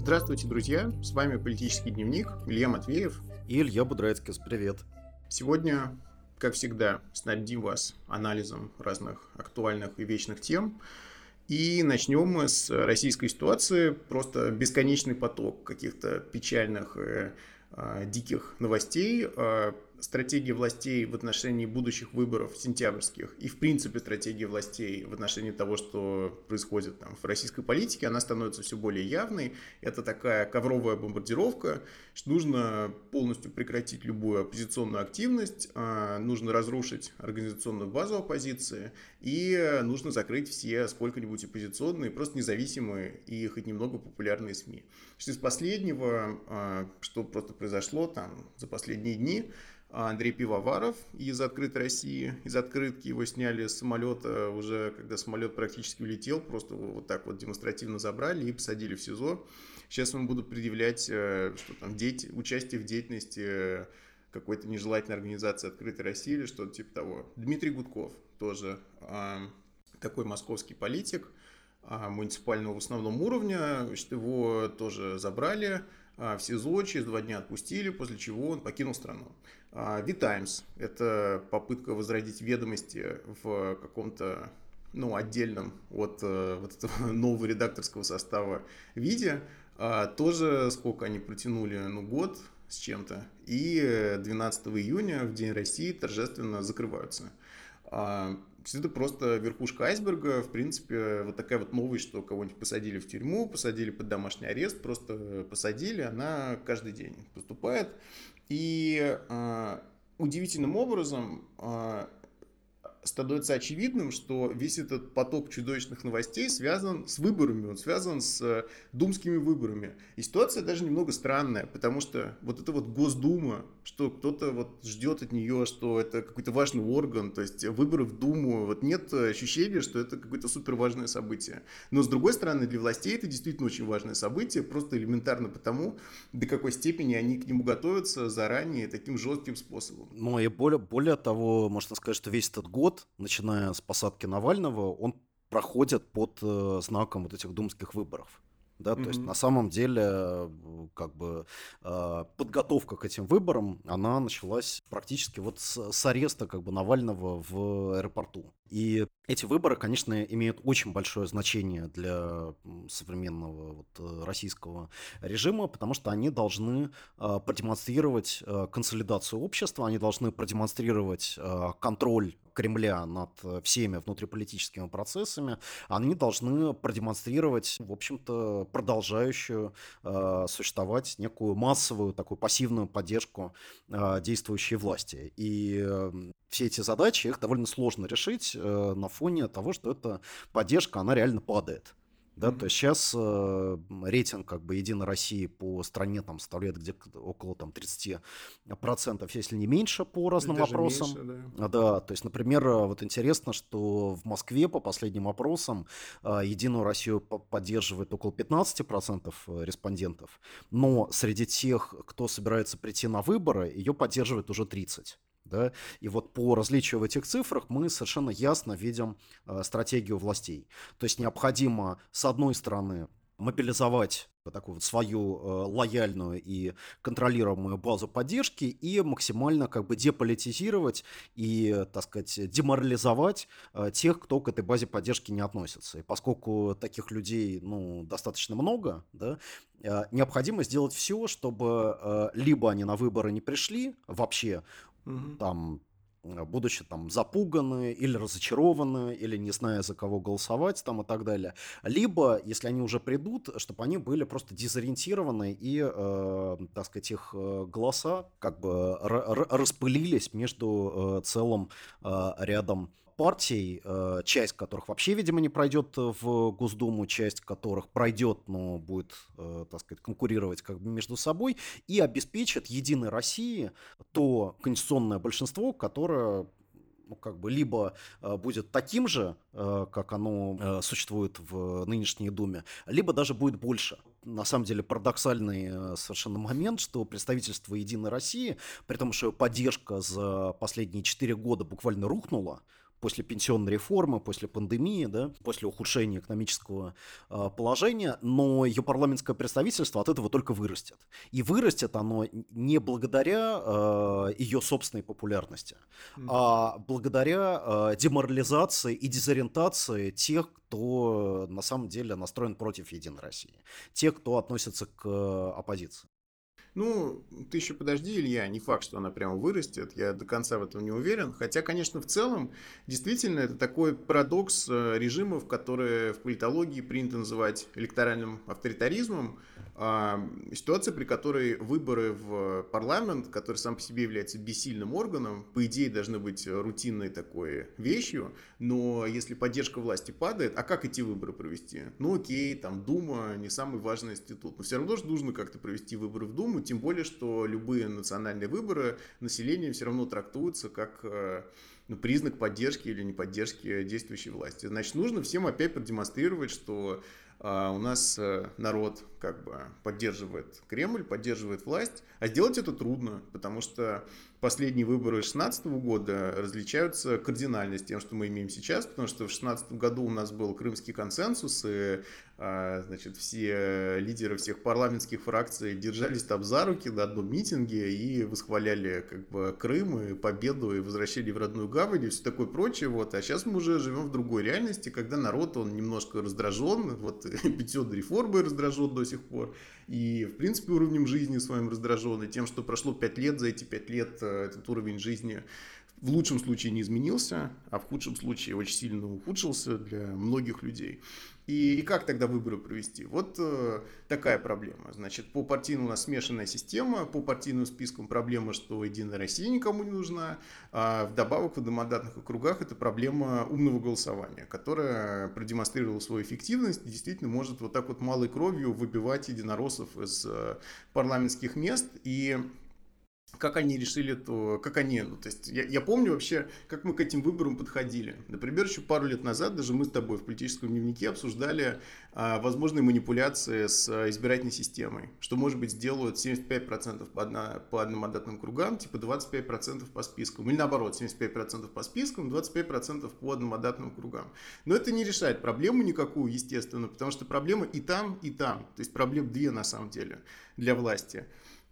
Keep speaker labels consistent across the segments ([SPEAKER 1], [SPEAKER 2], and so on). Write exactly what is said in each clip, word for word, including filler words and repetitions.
[SPEAKER 1] Здравствуйте, друзья! С вами «Политический дневник», Илья Матвеев.
[SPEAKER 2] И Илья Будрайцкис. Привет.
[SPEAKER 1] Сегодня, как всегда, снабдим вас анализом разных актуальных и вечных тем. И начнем мы с российской ситуации. Просто бесконечный поток каких-то печальных, э, э, диких новостей. Э, стратегия властей в отношении будущих выборов сентябрьских и, в принципе, стратегия властей в отношении того, что происходит там в российской политике, она становится все более явной. Это такая ковровая бомбардировка, что нужно полностью прекратить любую оппозиционную активность, э, нужно разрушить организационную базу оппозиции и нужно закрыть все сколько-нибудь оппозиционные, просто независимые и хоть немного популярные СМИ. Что из последнего, э, что просто произошло там за последние дни, Андрей Пивоваров из «Открытой России», из открытки его сняли с самолета уже, когда самолет практически улетел, просто вот так вот демонстративно забрали и посадили в СИЗО. Сейчас ему будут предъявлять, что там дети, участие в деятельности какой-то нежелательной организации «Открытой России» или что-то типа того. Дмитрий Гудков тоже такой московский политик муниципального в основном уровня, значит, его тоже забрали в СИЗО, через два дня отпустили, после чего он покинул страну. Ви-Таймс – это попытка возродить ведомости в каком-то, ну, отдельном от вот этого нового редакторского состава виде. Тоже сколько они протянули, ну, год с чем-то. И двенадцатого июня, в День России, торжественно закрываются. Это просто верхушка айсберга, в принципе, вот такая вот новость, что кого-нибудь посадили в тюрьму, посадили под домашний арест, просто посадили, она каждый день поступает. И э, удивительным образом э, становится очевидным, что весь этот поток чудовищных новостей связан с выборами, он связан с думскими выборами. И ситуация даже немного странная, потому что вот эта вот Госдума, что кто-то вот ждет от нее, что это какой-то важный орган, то есть выборы в Думу, вот нет ощущения, что это какое-то супер важное событие. Но с другой стороны, для властей это действительно очень важное событие, просто элементарно потому, до какой степени они к нему готовятся заранее таким жестким способом.
[SPEAKER 2] Ну и более, более того, можно сказать, что весь этот год, начиная с посадки Навального, он проходит под э, знаком вот этих думских выборов. Да, mm-hmm. То есть на самом деле как бы э, подготовка к этим выборам, она началась практически вот с, с ареста как бы Навального в аэропорту. И эти выборы, конечно, имеют очень большое значение для современного вот, российского режима, потому что они должны э, продемонстрировать э, консолидацию общества, они должны продемонстрировать э, контроль Кремля над всеми внутриполитическими процессами, они должны продемонстрировать, в общем-то, продолжающую э, существовать некую массовую, такую пассивную поддержку э, действующей власти. И э, все эти задачи, их довольно сложно решить э, на фоне того, что эта поддержка, она реально падает. Да, mm-hmm. То есть сейчас э, рейтинг как бы Единой России по стране там составляет где-то около там тридцать процентов, если не меньше, по разным
[SPEAKER 1] Даже
[SPEAKER 2] опросам.
[SPEAKER 1] Меньше, да.
[SPEAKER 2] Да, то есть, например, вот интересно, что в Москве по последним опросам э, Единую Россию поддерживает около пятнадцать процентов респондентов, но среди тех, кто собирается прийти на выборы, ее поддерживает уже тридцать процентов. Да? И вот по различию в этих цифрах мы совершенно ясно видим э, стратегию властей. То есть необходимо, с одной стороны, мобилизовать такую вот свою э, лояльную и контролируемую базу поддержки и максимально как бы деполитизировать и, так сказать, деморализовать э, тех, кто к этой базе поддержки не относится. И поскольку таких людей, ну, достаточно много, да, э, необходимо сделать все, чтобы э, либо они на выборы не пришли вообще,
[SPEAKER 1] Угу.
[SPEAKER 2] там, будучи там запуганы или разочарованы, или не зная, за кого голосовать там и так далее. Либо, если они уже придут, чтобы они были просто дезориентированы и, э, так сказать, их голоса как бы р- распылились между э, целым э, рядом партий, э, часть которых вообще, видимо, не пройдет в Госдуму, часть которых пройдет, но будет, э, так сказать, конкурировать как бы между собой и обеспечит Единой России то конституционное большинство, которое, ну, как бы либо э, будет таким же, э, как оно э, существует в нынешней Думе, либо даже будет больше. На самом деле парадоксальный э, совершенно момент, что представительство Единой России, при том, что ее поддержка за последние четыре года буквально рухнула после пенсионной реформы, после пандемии, да, после ухудшения экономического э, положения, но ее парламентское представительство от этого только вырастет. И вырастет оно не благодаря э, ее собственной популярности, mm-hmm. а благодаря э, деморализации и дезориентации тех, кто на самом деле настроен против Единой России, тех, кто относится к э, оппозиции.
[SPEAKER 1] Ну, ты еще подожди, Илья, не факт, что она прямо вырастет, я до конца в этом не уверен. Хотя, конечно, в целом, действительно, это такой парадокс режимов, которые в политологии принято называть электоральным авторитаризмом. Ситуация, при которой выборы в парламент, который сам по себе является бессильным органом, по идее должны быть рутинной такой вещью, но если поддержка власти падает, а как эти выборы провести? Ну окей, там Дума не самый важный институт, но все равно же нужно как-то провести выборы в Думу, тем более, что любые национальные выборы население все равно трактуются как ну, признак поддержки или неподдержки действующей власти. Значит, нужно всем опять продемонстрировать, что а у нас народ как бы поддерживает Кремль, поддерживает власть, а сделать это трудно, потому что последние выборы две тысячи шестнадцатого года различаются кардинально с тем, что мы имеем сейчас, потому что в две тысячи шестнадцатом году у нас был Крымский консенсус, и значит, все лидеры всех парламентских фракций держались там за руки на одном митинге и восхваляли как бы Крым и победу и возвращение в родную гавань и все такое прочее. Вот. А сейчас мы уже живем в другой реальности, когда народ он немножко раздражен, вот пенсионной реформой раздражен до сих пор, и в принципе уровнем жизни своим раздражен, и тем, что прошло пять лет, за эти пять лет этот уровень жизни в лучшем случае не изменился, а в худшем случае очень сильно ухудшился для многих людей. И, и как тогда выборы провести? Вот э, такая проблема. Значит, по партийному у нас смешанная система, по партийным спискам проблема, что Единая Россия никому не нужна, а вдобавок в одномандатных округах это проблема умного голосования, которая продемонстрировала свою эффективность и действительно может вот так вот малой кровью выбивать единороссов из э, парламентских мест. И как они решили, то как они, ну, то есть я, я помню вообще, как мы к этим выборам подходили. Например, еще пару лет назад даже мы с тобой в политическом дневнике обсуждали а, возможные манипуляции с а, избирательной системой, что, может быть, сделают семьдесят пять процентов по, одна, по одномандатным кругам, типа двадцать пять процентов по спискам, или наоборот, семьдесят пять процентов по спискам, двадцать пять процентов по одномандатным кругам. Но это не решает проблему никакую, естественно, потому что проблема и там, и там, то есть проблем две на самом деле для власти.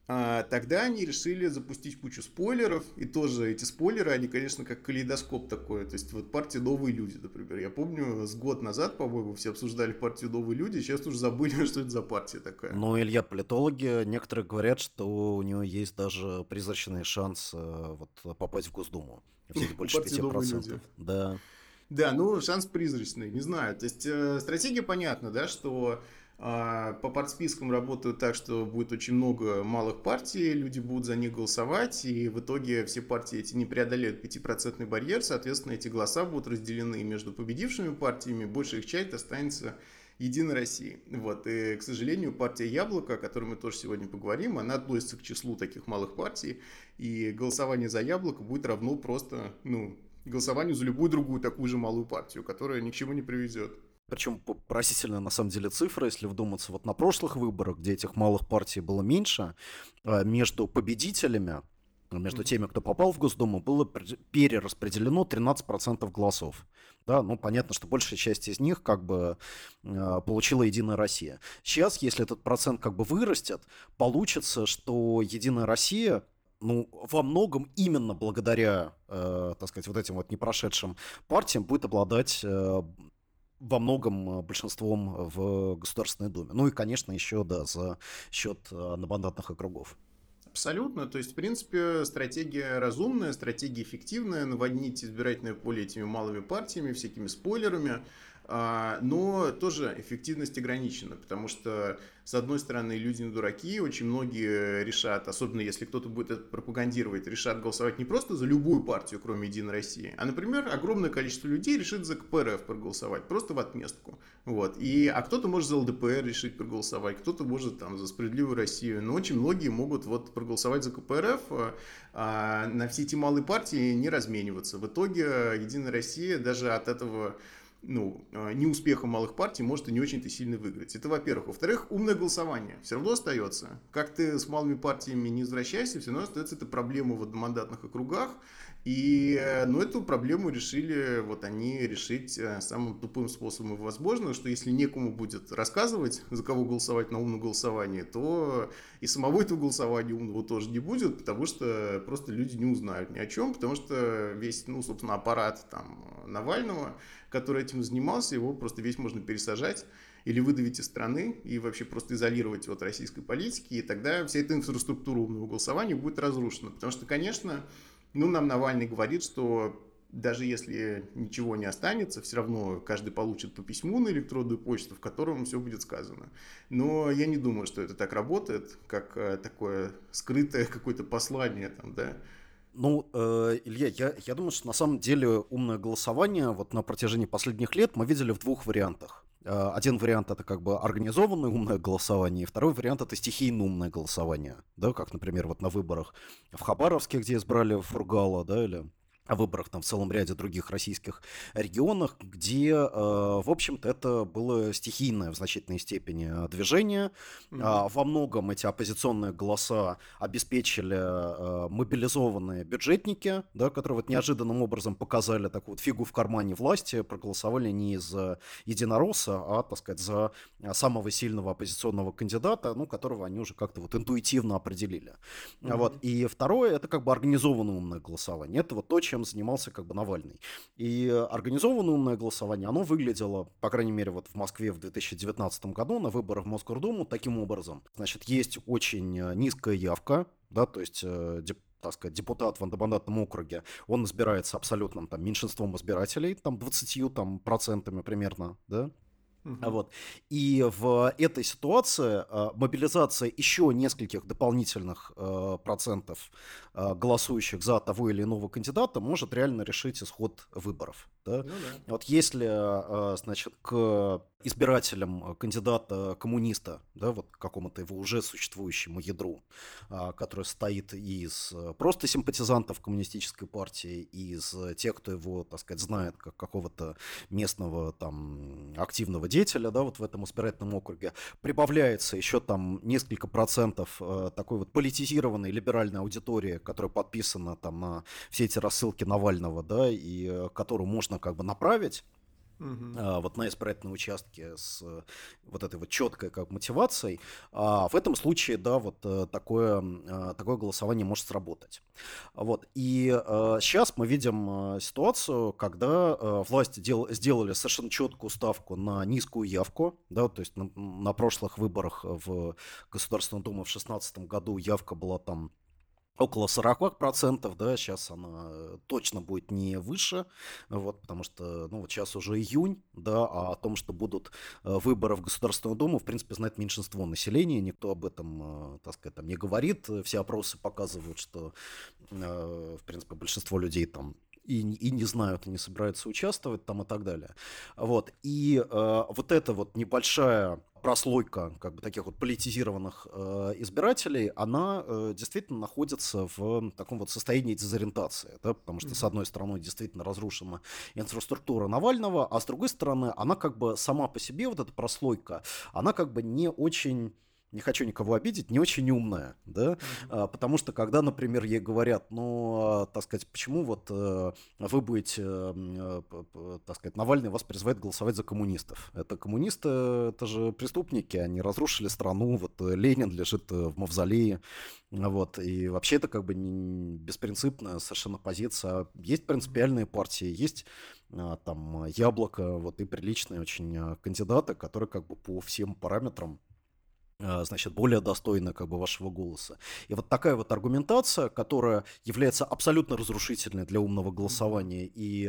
[SPEAKER 1] А тогда они решили запустить кучу спойлеров, и тоже эти спойлеры, они, конечно, как калейдоскоп такой, то есть вот партия «Новые люди», например, я помню, с год назад, по-моему, все обсуждали партию «Новые люди», сейчас уже забыли, что это за партия такая.
[SPEAKER 2] Ну, Илья, политологи, некоторые говорят, что у него есть даже призрачный шанс вот, попасть в Госдуму, все-таки больше пяти процентов. Да.
[SPEAKER 1] Да, ну, шанс призрачный, не знаю, то есть э, стратегия понятна, да, что по партспискам работают так, что будет очень много малых партий, люди будут за них голосовать, и в итоге все партии эти не преодолеют пятипроцентный барьер, соответственно, эти голоса будут разделены между победившими партиями, большая их часть останется Единой России. Вот. И, к сожалению, партия Яблоко, о которой мы тоже сегодня поговорим, она относится к числу таких малых партий, и голосование за Яблоко будет равно просто ну, голосованию за любую другую такую же малую партию, которая ни к чему не приведет.
[SPEAKER 2] Причем поразительная на самом деле цифра, если вдуматься, вот на прошлых выборах, где этих малых партий было меньше, между победителями, между теми, кто попал в Госдуму, было перераспределено тринадцать процентов голосов. Да, ну, понятно, что большая часть из них как бы получила Единая Россия. Сейчас, если этот процент как бы вырастет, получится, что Единая Россия ну, во многом именно благодаря, э, так сказать, вот этим вот непрошедшим партиям будет обладать э, во многом большинством в Государственной Думе. Ну и, конечно, еще, да, за счет одномандатных округов.
[SPEAKER 1] Абсолютно. То есть, в принципе, стратегия разумная, стратегия эффективная, наводнить избирательное поле этими малыми партиями, всякими спойлерами, но тоже эффективность ограничена, потому что, с одной стороны, люди не дураки, очень многие решат, особенно если кто-то будет это пропагандировать, решат голосовать не просто за любую партию, кроме Единой России, а, например, огромное количество людей решит за ка пэ эр эф проголосовать, просто в отместку. Вот. И, а кто-то может за эл дэ пэ эр решить проголосовать, кто-то может там, за Справедливую Россию, но очень многие могут вот, проголосовать за ка пэ эр эф, а на все эти малые партии не размениваться. В итоге Единая Россия даже от этого ну, неуспеха малых партий может и не очень-то сильно выиграть. Это во-первых. Во-вторых, умное голосование все равно остается. Как ты с малыми партиями не возвращайся, все равно остается эта проблема в одномандатных округах. И, э, ну, эту проблему решили, вот они решить э, самым тупым способом возможно, что если некому будет рассказывать, за кого голосовать на умном голосовании, то и самого этого голосования умного тоже не будет, потому что просто люди не узнают ни о чем, потому что весь, ну, собственно, аппарат там Навального, который этим занимался, его просто весь можно пересажать или выдавить из страны и вообще просто изолировать от российской политики, и тогда вся эта инфраструктура умного голосования будет разрушена. Потому что, конечно, ну, нам Навальный говорит, что даже если ничего не останется, все равно каждый получит по письму на электронную почту, в котором все будет сказано. Но я не думаю, что это так работает, как э, такое скрытое какое-то послание там, да.
[SPEAKER 2] Ну, э, Илья, я, я думаю, что на самом деле умное голосование вот на протяжении последних лет мы видели в двух вариантах. Э, Один вариант — это как бы организованное умное голосование, и второй вариант — это стихийно умное голосование, да, как, например, вот на выборах в Хабаровске, где избрали Фургала, да, или о выборах там в целом ряде других российских регионах, где, э, в общем-то, это было стихийное в значительной степени э, движение. А, во многом эти оппозиционные голоса обеспечили э, мобилизованные бюджетники, да, которые вот неожиданным образом показали такую вот фигу в кармане власти, проголосовали не за единоросса, а, так сказать, за самого сильного оппозиционного кандидата, ну, которого они уже как-то вот интуитивно определили.
[SPEAKER 1] Mm-hmm.
[SPEAKER 2] Вот. И второе — это как бы организованное умное голосование. Это вот то, чем занимался как бы Навальный. И организованное умное голосование, оно выглядело, по крайней мере, вот в Москве в две тысячи девятнадцатом году на выборах в Мосгордуму таким образом. Значит, есть очень низкая явка, да, то есть деп, так сказать, депутат в одномандатном округе, он избирается абсолютным там меньшинством избирателей, там двадцатью там, процентами примерно, да. Uh-huh. Вот. И в этой ситуации э, мобилизация еще нескольких дополнительных э, процентов э, голосующих за того или иного кандидата может реально решить исход выборов. Да? Ну, да. Вот если, э, значит, к избирателям кандидата коммуниста, да, вот к какому-то его уже существующему ядру, э, который состоит из просто симпатизантов коммунистической партии, из тех, кто его, так сказать, знает как какого-то местного там активного деятеля, да, вот в этом избирательном округе, прибавляется еще там несколько процентов э, такой вот политизированной либеральной аудитории, которая подписана там на все эти рассылки Навального, да, и э, которую можно как бы направить Uh-huh. а, вот на избирательные участки с вот этой вот четкой как мотивацией, а в этом случае, да, вот такое, такое голосование может сработать. Вот. И а, сейчас мы видим ситуацию, когда а, власти дел, сделали совершенно четкую ставку на низкую явку, да, то есть на, на прошлых выборах в Государственную Думу в две тысячи шестнадцатом году явка была там около сорок процентов, да, сейчас она точно будет не выше, вот, потому что, ну, вот сейчас уже июнь, да, а о том, что будут выборы в Государственную Думу, в принципе, знает меньшинство населения, никто об этом, так сказать, там не говорит, все опросы показывают, что, в принципе, большинство людей там И, и не знают, и не собираются участвовать там и так далее. Вот. И э, вот эта вот небольшая прослойка как бы таких вот политизированных э, избирателей, она э, действительно находится в таком вот состоянии дезориентации, да, потому что, mm-hmm. с одной стороны, действительно разрушена инфраструктура Навального, а с другой стороны, она как бы сама по себе, вот эта прослойка, она как бы не очень... не хочу никого обидеть, не очень умная, да, mm-hmm. а, потому что когда, например, ей говорят, ну, а, так сказать, почему вот а, вы будете, а, а, так сказать, Навальный вас призывает голосовать за коммунистов. Это коммунисты, это же преступники, они разрушили страну, вот Ленин лежит в мавзолее, вот, и вообще это как бы не беспринципная совершенно позиция. Есть принципиальные партии, есть а, там Яблоко, вот, и приличные очень кандидаты, которые как бы по всем параметрам, значит, более достойна как бы вашего голоса. И вот такая вот аргументация, которая является абсолютно разрушительной для умного голосования и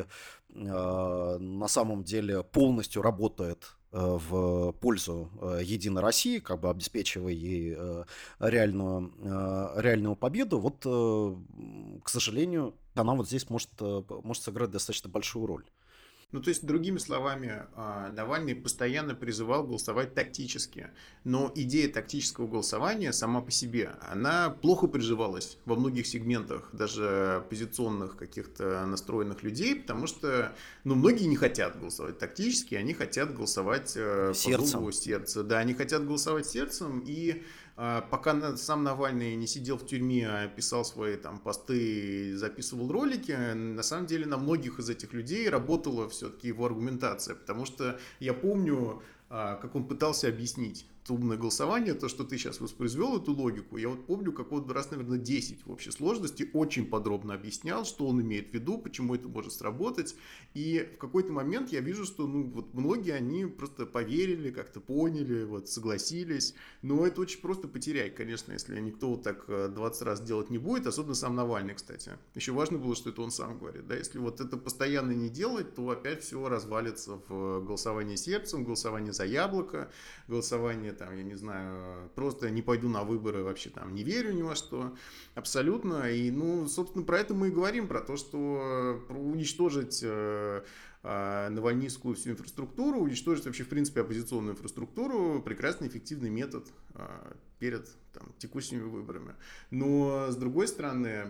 [SPEAKER 2] э, на самом деле полностью работает э, в пользу э, Единой России, как бы обеспечивая ей э, реальную, э, реальную победу, вот, э, к сожалению, она вот здесь может, может сыграть достаточно большую роль.
[SPEAKER 1] Ну, то есть, другими словами, Навальный постоянно призывал голосовать тактически. Но идея тактического голосования сама по себе, она плохо приживалась во многих сегментах, даже оппозиционных каких-то настроенных людей, потому что, ну, многие не хотят голосовать тактически, они хотят голосовать сердцем. По зову сердца. Да, они хотят голосовать сердцем, и а, пока на- сам Навальный не сидел в тюрьме, а писал свои там посты, записывал ролики, на самом деле на многих из этих людей работала все-таки его аргументация, потому что я помню, а, как он пытался объяснить умное голосование, то, что ты сейчас воспроизвел эту логику, я вот помню, как он раз, наверное, десять в общей сложности очень подробно объяснял, что он имеет в виду, почему это может сработать, и в какой-то момент я вижу, что ну, вот многие, они просто поверили, как-то поняли, вот, согласились, но это очень просто потерять, конечно, если никто вот так двадцать раз делать не будет, особенно сам Навальный, кстати. Еще важно было, что это он сам говорит, да, если вот это постоянно не делать, то опять все развалится в голосовании сердцем, голосование за яблоко, голосование там, я не знаю, просто не пойду на выборы, вообще там не верю ни во что, абсолютно. И, ну, собственно, про это мы и говорим, про то, что про уничтожить э, э, навальнистскую всю инфраструктуру, уничтожить вообще, в принципе, оппозиционную инфраструктуру, прекрасный, эффективный метод э, перед там, текущими выборами. Но, с другой стороны,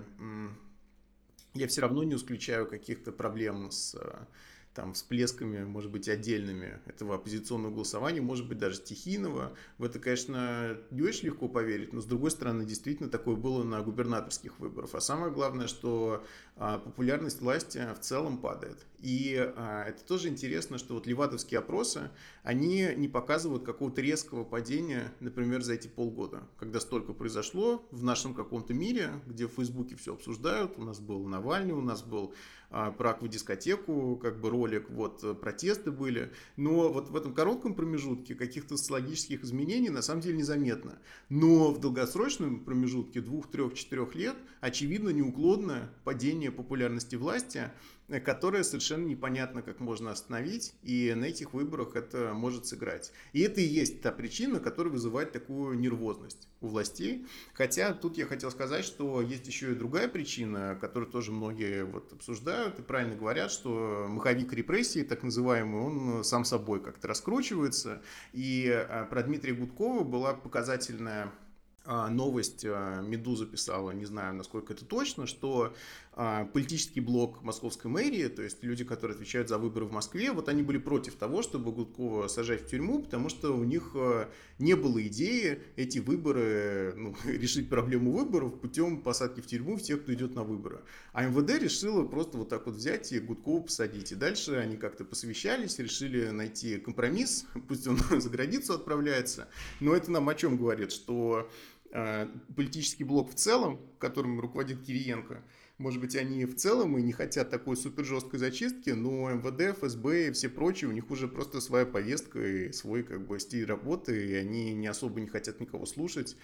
[SPEAKER 1] я все равно не исключаю каких-то проблем с там, всплесками, может быть, отдельными этого оппозиционного голосования, может быть, даже стихийного. В это, конечно, не очень легко поверить, но, с другой стороны, действительно такое было на губернаторских выборах. А самое главное, что а, популярность власти в целом падает. И а, это тоже интересно, что вот левадовские опросы, они не показывают какого-то резкого падения, например, за эти полгода, когда столько произошло в нашем каком-то мире, где в Фейсбуке все обсуждают. У нас был Навальный, у нас был а, про аквадискотеку, как бы ролик, вот протесты были. Но вот в этом коротком промежутке каких-то социологических изменений на самом деле незаметно. Но в долгосрочном промежутке двух, трех, четырех лет очевидно неуклонное падение популярности власти, которое совершенно непонятно, как можно остановить, и на этих выборах это может сыграть. И это и есть та причина, которая вызывает такую нервозность у властей. Хотя тут я хотел сказать, что есть еще и другая причина, которую тоже многие вот обсуждают и правильно говорят, что маховик репрессий, так называемый, он сам собой как-то раскручивается. И про Дмитрия Гудкова была показательная новость, «Медуза» писала, не знаю, насколько это точно, что политический блок московской мэрии, то есть люди, которые отвечают за выборы в Москве, вот они были против того, чтобы Гудкова сажать в тюрьму, потому что у них не было идеи эти выборы, ну, решить проблему выборов путем посадки в тюрьму всех, кто идет на выборы. А МВД решило просто вот так вот взять и Гудкова посадить. И дальше они как-то посовещались, решили найти компромисс, пусть он за границу отправляется. Но это нам о чем говорит, что политический блок в целом, которым руководит Кириенко, может быть, они в целом и не хотят такой супер жесткой зачистки, но МВД, ФСБ и все прочие, у них уже просто своя повестка и свой как бы стиль работы, и они не особо не хотят никого слушать.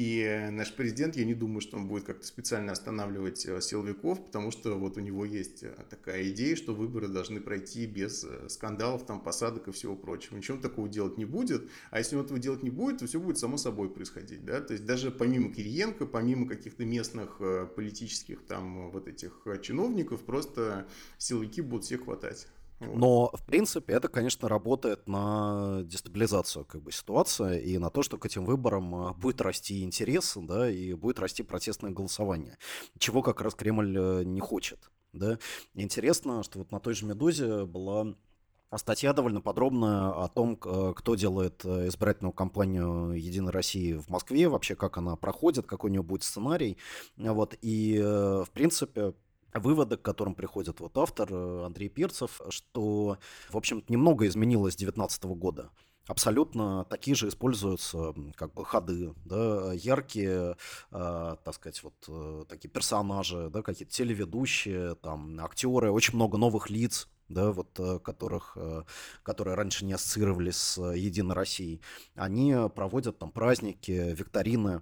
[SPEAKER 1] И наш президент, я не думаю, что он будет как-то специально останавливать силовиков, потому что вот у него есть такая идея, что выборы должны пройти без скандалов, там, посадок и всего прочего. Ничего такого делать не будет, а если он этого делать не будет, то все будет само собой происходить, да, то есть даже помимо Кириенко, помимо каких-то местных политических там вот этих чиновников, просто силовики будут всех хватать. Вот.
[SPEAKER 2] Но, в принципе, это, конечно, работает на дестабилизацию как бы, ситуации и на то, что к этим выборам будет расти интерес, да, и будет расти протестное голосование, чего как раз Кремль не хочет. Да. Интересно, что вот на той же «Медузе» была статья довольно подробная о том, кто делает избирательную кампанию «Единой России» в Москве, вообще как она проходит, какой у нее будет сценарий. Вот. И, в принципе, выводы, к которым приходит вот автор Андрей Перцев, что, в общем-то, немного изменилось с две тысячи девятнадцатого года. Абсолютно такие же используются как бы ходы, да, яркие, э, так сказать, вот э, такие персонажи, да, какие-то телеведущие, там, актеры, очень много новых лиц, да, вот, которых, которые раньше не ассоциировались с «Единой Россией. Они проводят там праздники, викторины.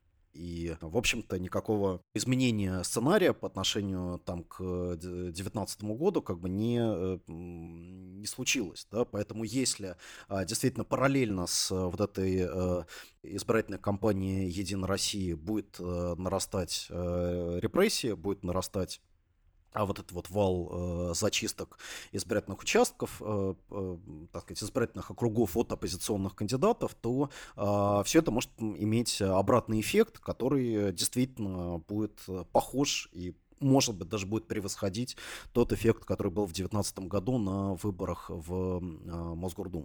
[SPEAKER 2] И, в общем-то, никакого изменения сценария по отношению там, к две тысячи девятнадцатому году как бы не, не случилось. Да? Поэтому если а, действительно параллельно с вот этой а, избирательной кампанией «Единой России» будет а, нарастать а, репрессии, будет нарастать а вот этот вот вал э, зачисток избирательных участков, э, э, так сказать, избирательных округов от оппозиционных кандидатов, то э, все это может иметь обратный эффект, который действительно будет похож и, может быть, даже будет превосходить тот эффект, который был в две тысячи девятнадцатом году на выборах в э, Мосгордуму.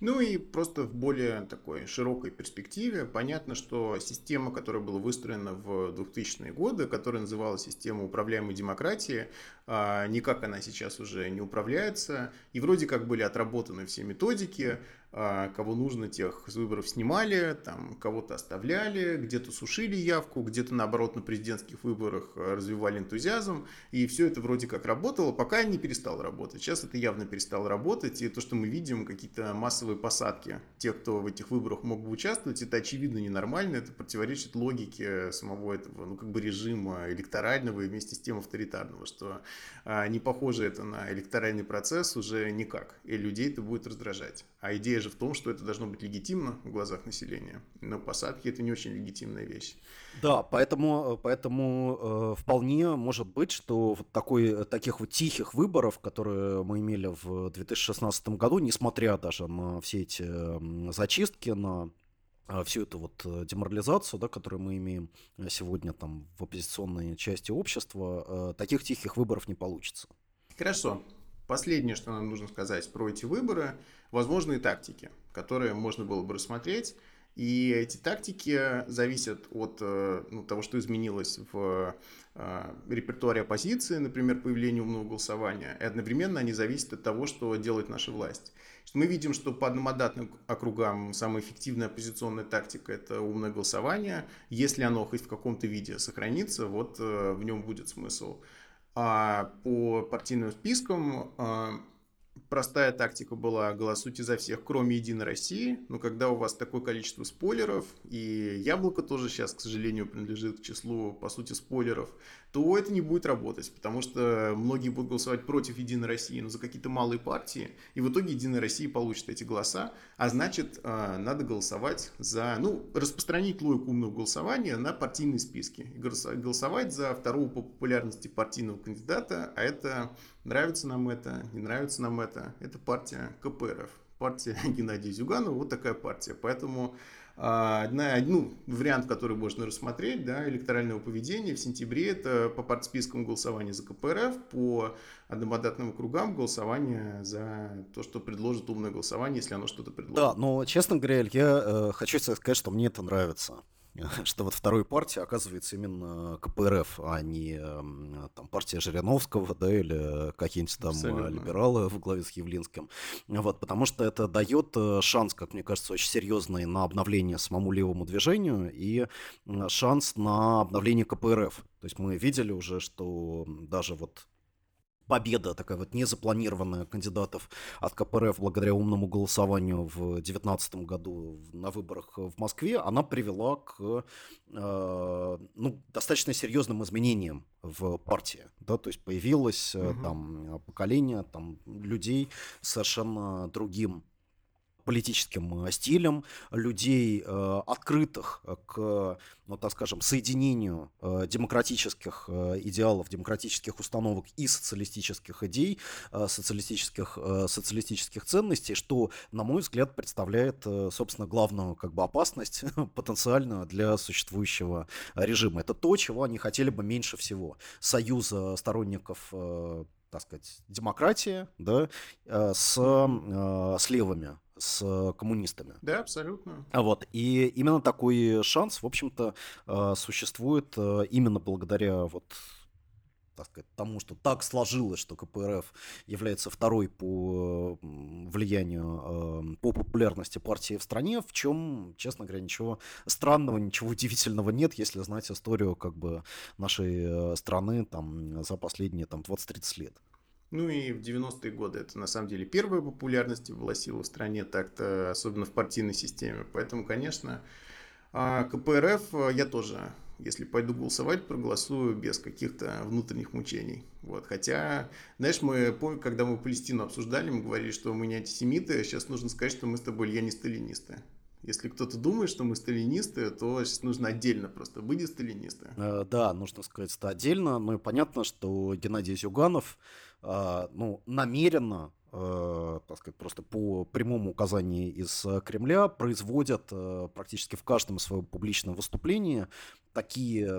[SPEAKER 1] Ну и просто в более такой широкой перспективе понятно, что система, которая была выстроена в двухтысячные годы, которая называлась система управляемой демократии, а, никак она сейчас уже не управляется. И вроде как были отработаны все методики, а, кого нужно, тех с выборов снимали, там кого-то оставляли, где-то сушили явку, где-то наоборот на президентских выборах развивали энтузиазм. И все это вроде как работало, пока не перестало работать. Сейчас это явно перестало работать. И то, что мы видим, какие-то массовые посадки тех, кто в этих выборах мог бы участвовать, это очевидно ненормально. Это противоречит логике самого этого, ну, как бы режима электорального и вместе с тем авторитарного, что а, не похоже это на электоральный процесс уже никак. И людей это будет раздражать. А идея же в том, что это должно быть легитимно в глазах населения. Но посадки это не очень легитимная вещь.
[SPEAKER 2] Да, поэтому, поэтому э, вполне может быть, что вот такой, таких вот тихих выборов, которые мы имели в две тысячи шестнадцатом году, несмотря даже на все эти м, зачистки, на а, всю эту вот э, деморализацию, да, которую мы имеем э, сегодня там в оппозиционной части общества, э, таких тихих выборов не получится.
[SPEAKER 1] Хорошо. Последнее, что нам нужно сказать про эти выборы, возможные тактики, которые можно было бы рассмотреть. И эти тактики зависят от э, ну, того, что изменилось в э, репертуаре оппозиции, например, появление умного голосования, и одновременно они зависят от того, что делает наша власть. Мы видим, что по одномандатным округам самая эффективная оппозиционная тактика – это умное голосование. Если оно хоть в каком-то виде сохранится, вот э, в нем будет смысл. А по партийным спискам э, простая тактика была: голосуйте за всех, кроме Единой России. Но когда у вас такое количество спойлеров, и Яблоко тоже сейчас, к сожалению, принадлежит к числу, по сути, спойлеров, то это не будет работать, потому что многие будут голосовать против Единой России, но за какие-то малые партии, и в итоге Единая Россия получит эти голоса, а значит, надо голосовать за, ну, распространить логику умного голосования на партийные списки, и голосовать за второго по популярности партийного кандидата, а это, нравится нам это, не нравится нам это, это партия ка пэ эр эф, партия Геннадия Зюганова, вот такая партия, поэтому... Одна, ну, вариант, который можно рассмотреть, да, электорального поведения в сентябре, это по партспискам голосование за ка пэ эр эф, по одномандатным округам голосование за то, что предложит умное голосование, если оно что-то предложит.
[SPEAKER 2] Да, но, честно говоря, я э, хочу сказать, что мне это нравится. Что вот второй партия оказывается именно ка пэ эр эф, а не э, там, партия Жириновского, да, или какие-нибудь там Абсолютно. Либералы во главе с Явлинским. Вот, потому что это дает шанс, как мне кажется, очень серьезный на обновление самому левому движению и шанс на обновление ка пэ эр эф. То есть мы видели уже, что даже вот победа такая вот незапланированная кандидатов от ка пэ эр эф благодаря умному голосованию в две тысячи девятнадцатом году на выборах в Москве, она привела к э, ну, достаточно серьезным изменениям в партии. Да? То есть появилось угу. там поколение там, людей с совершенно другим политическим стилем, людей, э, открытых к, ну, так скажем, соединению э, демократических э, идеалов, демократических установок и социалистических идей, э, социалистических, э, социалистических ценностей, что, на мой взгляд, представляет, э, собственно, главную как бы опасность потенциальную для существующего режима. Это то, чего они хотели бы меньше всего. Союза сторонников э, так сказать, демократии, да, э, с, э, с левыми, с коммунистами.
[SPEAKER 1] Да, абсолютно.
[SPEAKER 2] Вот. И именно такой шанс, в общем-то, э, существует э, именно благодаря вот, так сказать, тому, что так сложилось, что ка пэ эр эф является второй по влиянию, по популярности партии в стране, в чем, честно говоря, ничего странного, ничего удивительного нет, если знать историю как бы нашей страны там, за последние там, двадцать-тридцать лет.
[SPEAKER 1] Ну и в девяностые годы это на самом деле первая популярность была сила в стране, так-то, особенно в партийной системе. Поэтому, конечно, ка пэ эр эф я тоже, если пойду голосовать, проголосую без каких-то внутренних мучений. Вот. Хотя, знаешь, мы помним, когда мы Палестину обсуждали, мы говорили, что мы не антисемиты, а сейчас нужно сказать, что мы с тобой, я не сталинисты. Если кто-то думает, что мы сталинисты, то сейчас нужно отдельно просто быть сталинисты.
[SPEAKER 2] Э, да, нужно сказать это отдельно. Ну и понятно, что Геннадий Зюганов э, ну, намеренно, э, так сказать, просто по прямому указанию из Кремля производят э, практически в каждом своем публичном выступлении такие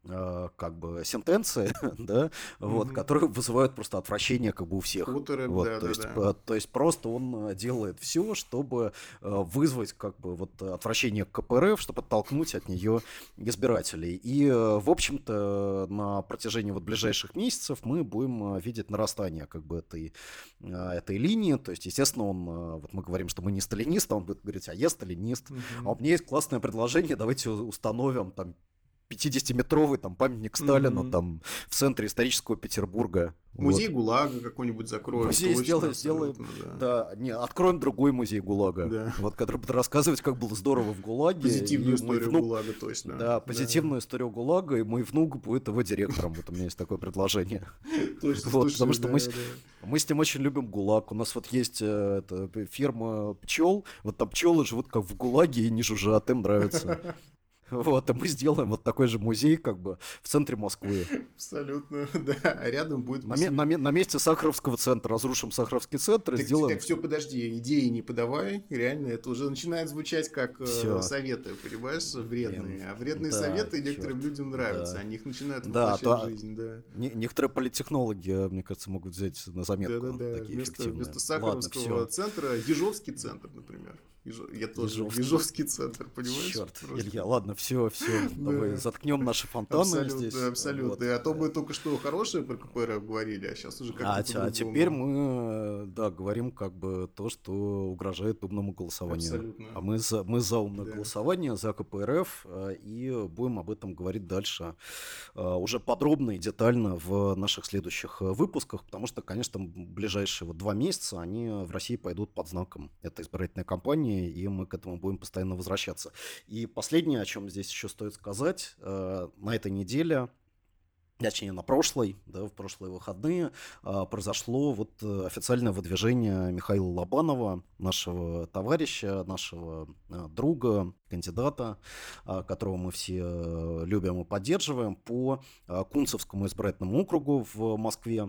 [SPEAKER 2] э, как бы сентенции, да, вот,
[SPEAKER 1] Мгм.
[SPEAKER 2] которые вызывают просто отвращение как бы у всех.
[SPEAKER 1] Хуторы,
[SPEAKER 2] Вот, то есть,
[SPEAKER 1] да-да-да.
[SPEAKER 2] п- то есть просто он э, делает все, чтобы э, вызвать как бы вот отвращение к КПРФ, чтобы оттолкнуть от нее избирателей. И, э, в общем-то, на протяжении вот ближайших месяцев мы будем э, видеть нарастание как бы этой, э, этой линии. То есть, естественно, он, э, вот мы говорим, что мы не сталинист, а он будет говорить, а я сталинист. А у
[SPEAKER 1] Мгм.
[SPEAKER 2] меня есть классное предложение, давайте у- установим там пятидесятиметровый там памятник Сталину
[SPEAKER 1] Мгм.
[SPEAKER 2] там в центре исторического Петербурга.
[SPEAKER 1] Музей
[SPEAKER 2] Вот.
[SPEAKER 1] ГУЛАГа какой-нибудь закроем,
[SPEAKER 2] Музей
[SPEAKER 1] точно,
[SPEAKER 2] сделаем, сделаем,
[SPEAKER 1] абсолютно, да.
[SPEAKER 2] да, не, откроем другой музей ГУЛАГа,
[SPEAKER 1] Да.
[SPEAKER 2] вот, который будет рассказывать, как было здорово в ГУЛАГе, и
[SPEAKER 1] Позитивную
[SPEAKER 2] мой
[SPEAKER 1] историю
[SPEAKER 2] внук,
[SPEAKER 1] ГУЛАГа, точно.
[SPEAKER 2] да,
[SPEAKER 1] Да.
[SPEAKER 2] позитивную историю ГУЛАГа, и мой внук будет его директором, вот у меня есть такое предложение.
[SPEAKER 1] Точно,
[SPEAKER 2] Вот, потому
[SPEAKER 1] слушай,
[SPEAKER 2] что мы,
[SPEAKER 1] да,
[SPEAKER 2] с-
[SPEAKER 1] да.
[SPEAKER 2] мы с ним очень любим ГУЛАГ, у нас вот есть э, эта ферма пчел, вот там пчелы живут как в ГУЛАГе и не жужжат, им нравится. Вот, и мы сделаем вот такой же музей, как бы, в центре Москвы.
[SPEAKER 1] Абсолютно, да. А рядом будет
[SPEAKER 2] На, ме- на
[SPEAKER 1] посвящен.
[SPEAKER 2] ме- на месте Сахаровского центра разрушим Сахаровский центр и
[SPEAKER 1] Так,
[SPEAKER 2] сделаем
[SPEAKER 1] так все, подожди, идеи не подавай, реально, это уже начинает звучать как э,
[SPEAKER 2] все.
[SPEAKER 1] советы, понимаешь,
[SPEAKER 2] Блин,
[SPEAKER 1] вредные. А вредные
[SPEAKER 2] да,
[SPEAKER 1] советы некоторым
[SPEAKER 2] черт,
[SPEAKER 1] людям нравятся,
[SPEAKER 2] да.
[SPEAKER 1] они их начинают
[SPEAKER 2] Да, а
[SPEAKER 1] воплощать в
[SPEAKER 2] то
[SPEAKER 1] жизнь, да.
[SPEAKER 2] не- некоторые политтехнологи, э, мне кажется, могут взять на заметку
[SPEAKER 1] Да-да-да,
[SPEAKER 2] такие
[SPEAKER 1] вместо,
[SPEAKER 2] эффективные.
[SPEAKER 1] вместо
[SPEAKER 2] Ладно,
[SPEAKER 1] Сахаровского
[SPEAKER 2] все.
[SPEAKER 1] центра Ежовский центр, например. Ежо- Я тоже
[SPEAKER 2] Ежовский.
[SPEAKER 1] Ежовский центр, понимаешь?
[SPEAKER 2] Черт,
[SPEAKER 1] Просто.
[SPEAKER 2] Илья, ладно, все, все, давай
[SPEAKER 1] Да.
[SPEAKER 2] заткнем наши фонтаны
[SPEAKER 1] Абсолютно,
[SPEAKER 2] здесь.
[SPEAKER 1] абсолютно. И
[SPEAKER 2] Вот.
[SPEAKER 1] а то мы только что хорошее про КПРФ говорили, а сейчас уже
[SPEAKER 2] А,
[SPEAKER 1] как-то
[SPEAKER 2] те- а теперь
[SPEAKER 1] по-другому.
[SPEAKER 2] мы, да, говорим как бы то, что угрожает умному голосованию.
[SPEAKER 1] Абсолютно.
[SPEAKER 2] А мы за, мы за умное
[SPEAKER 1] Да.
[SPEAKER 2] голосование, за КПРФ, э, и будем об этом говорить дальше э, уже подробно и детально в наших следующих э, выпусках, потому что, конечно, м, ближайшие вот два месяца они в России пойдут под знаком этой избирательной кампании, и мы к этому будем постоянно возвращаться. И последнее, о чем здесь еще стоит сказать, э, на этой неделе, точнее, на прошлой, да, в прошлые выходные а, произошло вот э, официальное выдвижение Михаила Лобанова, нашего товарища, нашего а, друга, кандидата, а, которого мы все э, любим и поддерживаем, по а, Кунцевскому избирательному округу в Москве.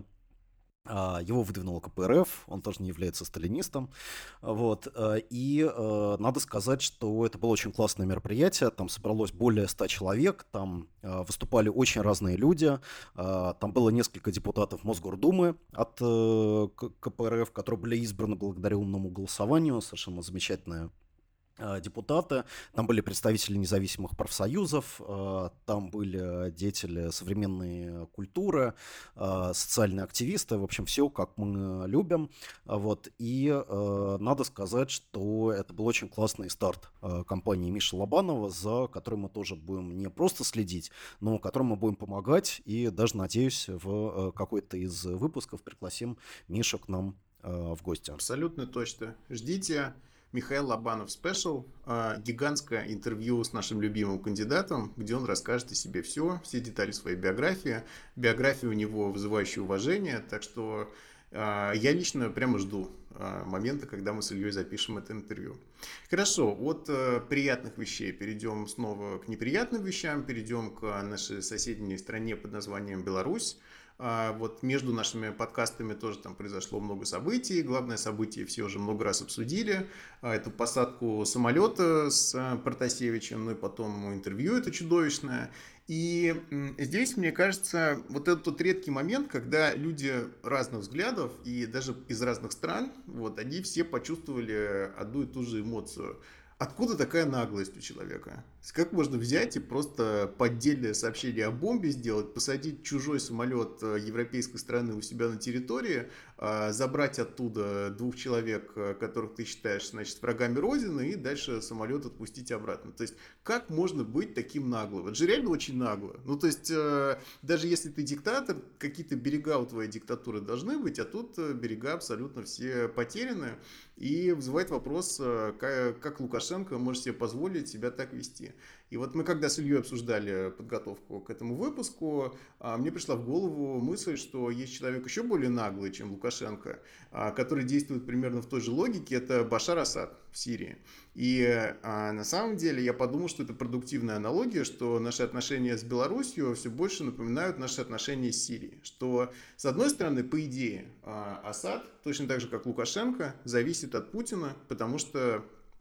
[SPEAKER 2] А, Его выдвинула КПРФ, он тоже не является сталинистом. Вот. э, И э, надо сказать, что это было очень классное мероприятие. Там собралось более ста человек, там э, выступали очень разные люди. А, Там было несколько депутатов Мосгордумы от э, К- КПРФ, которые были избраны благодаря умному голосованию. Совершенно замечательная э, депутаты, там были представители независимых профсоюзов, э, там были деятели современной культуры, э, социальные активисты, в общем, все, как мы любим. А Вот. И э, надо сказать, что это был очень классный старт э, компании Миши Лобанова, за которой мы тоже будем не просто следить, но которым мы будем помогать, и даже, надеюсь, в э, какой-то из выпусков пригласим Мишу к нам э, в гости.
[SPEAKER 1] Абсолютно точно. Ждите Михаил Лобанов спешл, а, гигантское интервью с нашим любимым кандидатом, где он расскажет о себе все, все детали своей биографии. Биография у него вызывающая уважение, так что а, я лично прямо жду а, момента, когда мы с Ильей запишем это интервью. Хорошо, от э, приятных вещей перейдем снова к неприятным вещам, перейдем к нашей соседней стране под названием Беларусь. А, Вот между нашими подкастами тоже там произошло много событий. Главное событие все уже много раз обсудили. А, Это посадку самолета с а, Протасевичем, ну и потом интервью это чудовищное. И м, здесь, мне кажется, вот этот тот редкий момент, когда люди разных взглядов и даже из разных стран, вот, они все почувствовали одну и ту же эмоцию. Откуда такая наглость у человека? То есть как можно взять и просто поддельное сообщение о бомбе сделать, посадить чужой самолет э, европейской страны у себя на территории, а, забрать оттуда двух человек, э, которых ты считаешь, значит, врагами Родины, и дальше самолет отпустить обратно? То есть как можно быть таким наглым? Это же реально очень нагло. Ну, то есть э, даже если ты диктатор, какие-то берега у твоей диктатуры должны быть, а тут э, берега абсолютно все потеряны. И вызывает вопрос, э, как, как Лукашенко может себе позволить себя так вести. И вот мы когда с Ильей обсуждали подготовку к этому выпуску, а, мне пришла в голову мысль, что есть человек еще более наглый, чем Лукашенко, а, который действует примерно в той же логике, это Башар Асад в Сирии. И а, на самом деле я подумал, что это продуктивная аналогия, что наши отношения с Беларусью все больше напоминают наши отношения с Сирией. Что, с одной стороны, по идее, а, Асад, точно так же, как Лукашенко, зависит от Путина, потому что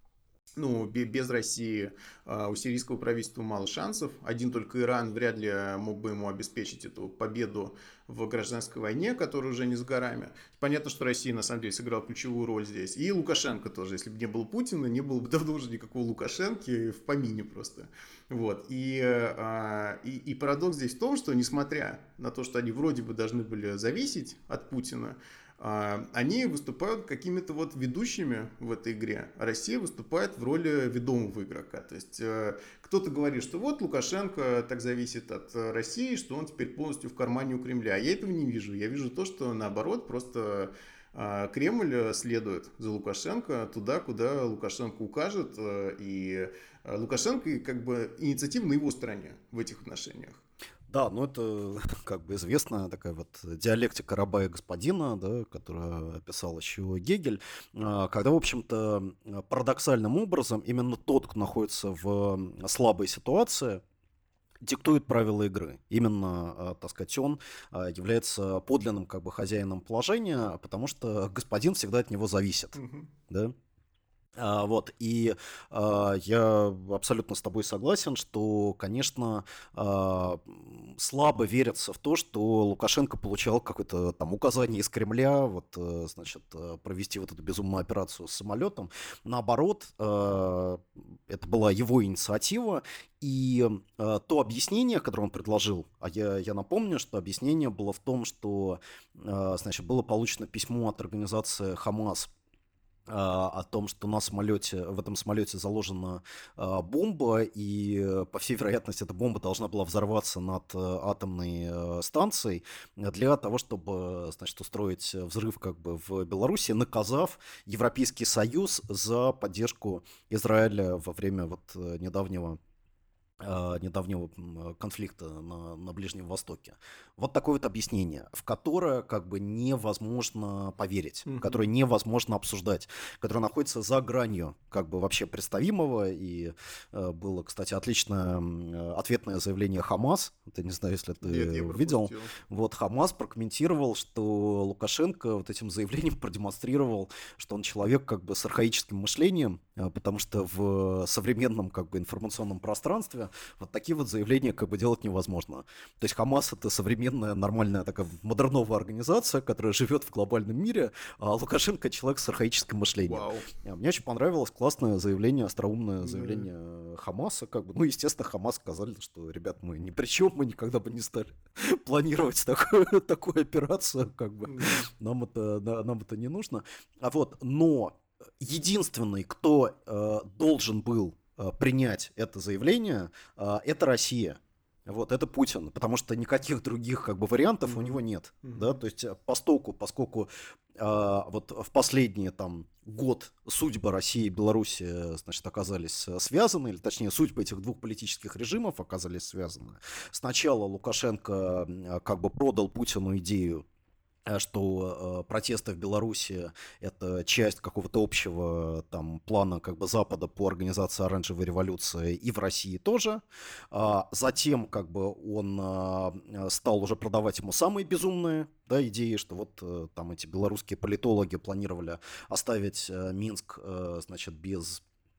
[SPEAKER 1] Ну, без России у сирийского правительства мало шансов. Один только Иран вряд ли мог бы ему обеспечить эту победу в гражданской войне, которая уже не за горами. Понятно, что Россия на самом деле сыграла ключевую роль здесь. И Лукашенко тоже. Если бы не было Путина, не было бы давно уже никакого Лукашенки, в помине просто. Вот. И, и, и парадокс здесь в том, что несмотря на то, что они вроде бы должны были зависеть от Путина, они выступают какими-то вот ведущими в этой игре. А Россия выступает в роли ведомого игрока. То есть кто-то говорит, что вот Лукашенко так зависит от России, что он теперь полностью в кармане у Кремля. А я этого не вижу. Я вижу то, что наоборот, просто Кремль следует за Лукашенко туда, куда Лукашенко укажет. И Лукашенко как бы инициатива на его стороне в этих отношениях.
[SPEAKER 2] Да, ну это как бы известная такая вот диалектика раба и господина, да, которую описал еще Гегель, когда, в общем-то, парадоксальным образом именно тот, кто находится в слабой ситуации, диктует правила игры. Именно, так сказать, он является подлинным как бы хозяином положения, потому что господин всегда от него зависит,
[SPEAKER 1] Угу.
[SPEAKER 2] да. А, вот, и а, я абсолютно с тобой согласен, что, конечно, а, слабо верится в то, что Лукашенко получал какое-то там указание из Кремля, вот, значит, провести вот эту безумную операцию с самолетом. Наоборот, а, это была его инициатива, и а, то объяснение, которое он предложил, а я, я напомню, что объяснение было в том, что, а, значит, было получено письмо от организации «Хамас», о том, что на самолете, в этом самолете заложена а, бомба, и, по всей вероятности, эта бомба должна была взорваться над а, атомной а, станцией для того, чтобы, значит, устроить взрыв как бы в Беларуси, наказав Европейский Союз за поддержку Израиля во время вот недавнего недавнего конфликта на, на Ближнем Востоке. Вот такое вот объяснение, в которое как бы невозможно поверить, mm-hmm. которое невозможно обсуждать, которое находится за гранью как бы вообще представимого. И э, было, кстати, отличное э, ответное заявление Хамас. Ты не знаю, если ты Нет, видел. Вот Хамас прокомментировал, что Лукашенко вот этим заявлением продемонстрировал, что он человек как бы с архаическим мышлением, э, потому что в современном как бы информационном пространстве вот такие вот заявления как бы делать невозможно. То есть Хамас — это современная, нормальная такая модерновая организация, которая живет в глобальном мире, а Лукашенко — человек с архаическим мышлением. Вау. Мне очень понравилось классное заявление, остроумное заявление mm. Хамаса. Как бы. Ну, естественно, Хамас сказали, что, ребят, мы ни при чем, мы никогда бы не стали планировать такую, такую операцию, как бы. Mm. Нам, это, нам это не нужно. А вот, но единственный, кто э, должен был принять это заявление, это Россия. Вот, это Путин, потому что никаких других как бы вариантов mm-hmm. у него нет. Mm-hmm. Да? То есть поскольку, поскольку а, вот в последний там, год судьбы России и Беларуси, значит, оказались связаны, или точнее судьбы этих двух политических режимов оказались связаны. Сначала Лукашенко как бы продал Путину идею, что э, протесты в Беларуси – это часть какого-то общего там плана как бы Запада по организации оранжевой революции, и в России тоже. А затем как бы он э, стал уже продавать ему самые безумные, да, идеи, что вот э, там эти белорусские политологи планировали оставить э, Минск, э, значит, без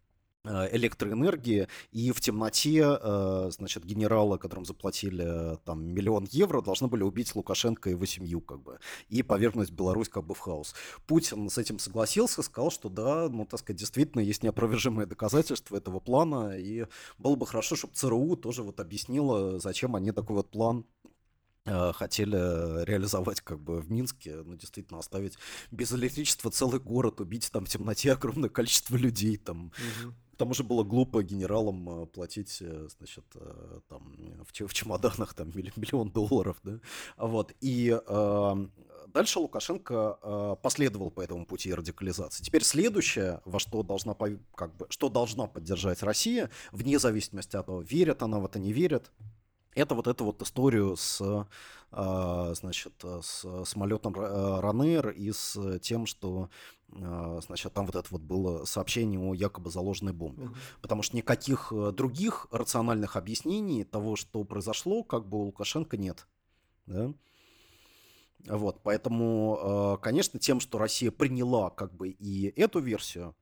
[SPEAKER 2] электроэнергии, и в темноте, значит, генералы, которым заплатили там миллион евро, должны были убить Лукашенко и его семью, как бы, и повергнуть Беларусь как бы в хаос. Путин с этим согласился, сказал, что да, ну, так сказать, действительно есть неопровержимые доказательства этого плана, и было бы хорошо, чтобы ЦРУ тоже вот объяснило, зачем они такой вот план хотели реализовать как бы в Минске, ну, действительно, оставить без электричества целый город, убить там в темноте огромное количество людей, там, угу. К тому же было глупо генералам платить, значит, там, в чемоданах там миллион долларов, да, вот, и э, дальше Лукашенко э, последовал по этому пути радикализации. Теперь следующее, во что должна, как бы, что должна поддержать Россия, вне зависимости от того, верит она в это, не верит, это вот эту вот историю с, значит, с самолетом Ryanair и с тем, что, значит, там вот это вот было сообщение о якобы заложенной бомбе. Uh-huh. Потому что никаких других рациональных объяснений того, что произошло, как бы у Лукашенко нет. Да? Вот, поэтому, конечно, тем, что Россия приняла как бы и эту версию,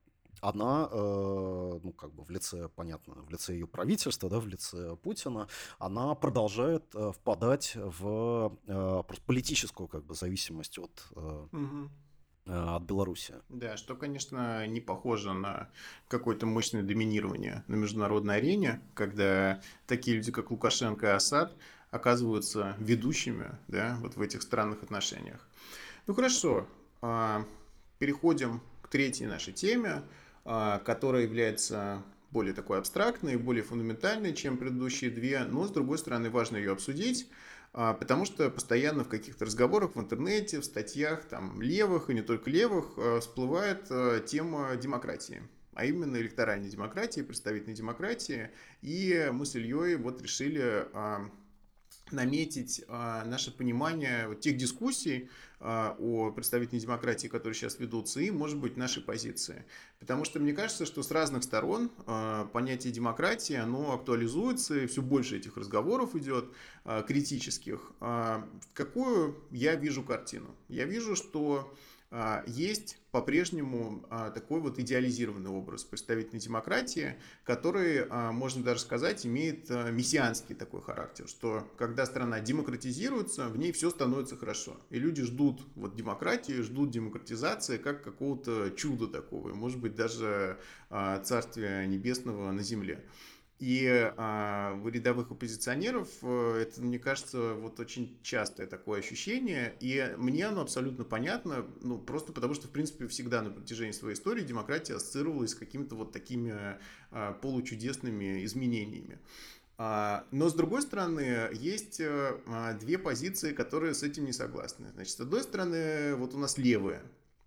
[SPEAKER 2] она, э, ну, как бы в лице, понятно, в лице ее правительства, да, в лице Путина, она продолжает э, впадать в э, просто политическую, как бы, зависимость от, э,
[SPEAKER 1] Мгм.
[SPEAKER 2] э, от Беларуси.
[SPEAKER 1] Да, что, конечно, не похоже на какое-то мощное доминирование на международной арене, когда такие люди, как Лукашенко и Асад, оказываются ведущими, да, вот в этих странных отношениях. Ну хорошо, а, переходим к третьей нашей теме, а, которая является более такой абстрактной, более фундаментальной, чем предыдущие две, но, с другой стороны, важно ее обсудить, а, потому что постоянно в каких-то разговорах в интернете, в статьях там, левых и не только левых а, всплывает а, тема демократии, а именно электоральной демократии, представительной демократии. И мы с Ильей вот решили а, наметить а, наше понимание вот тех дискуссий а, о представительной демократии, которые сейчас ведутся, и, может быть, нашей позиции. Потому что мне кажется, что с разных сторон а, понятие демократии, оно актуализуется, и все больше этих разговоров идет а, критических. А, какую я вижу картину? Я вижу, что а, есть по-прежнему а, такой вот идеализированный образ представительной демократии, который, а, можно даже сказать, имеет а, мессианский такой характер, что когда страна демократизируется, в ней все становится хорошо. И люди ждут вот демократии, ждут демократизации как какого-то чуда такого, и, может быть, даже а, царствия небесного на земле. И а, у рядовых оппозиционеров э, это, мне кажется, вот очень частое такое ощущение, и мне оно абсолютно понятно, ну, просто потому что, в принципе, всегда на протяжении своей истории демократия ассоциировалась с какими-то вот такими а, получудесными изменениями. А, но, с другой стороны, есть а, две позиции, которые с этим не согласны. Значит, с одной стороны, вот у нас левые.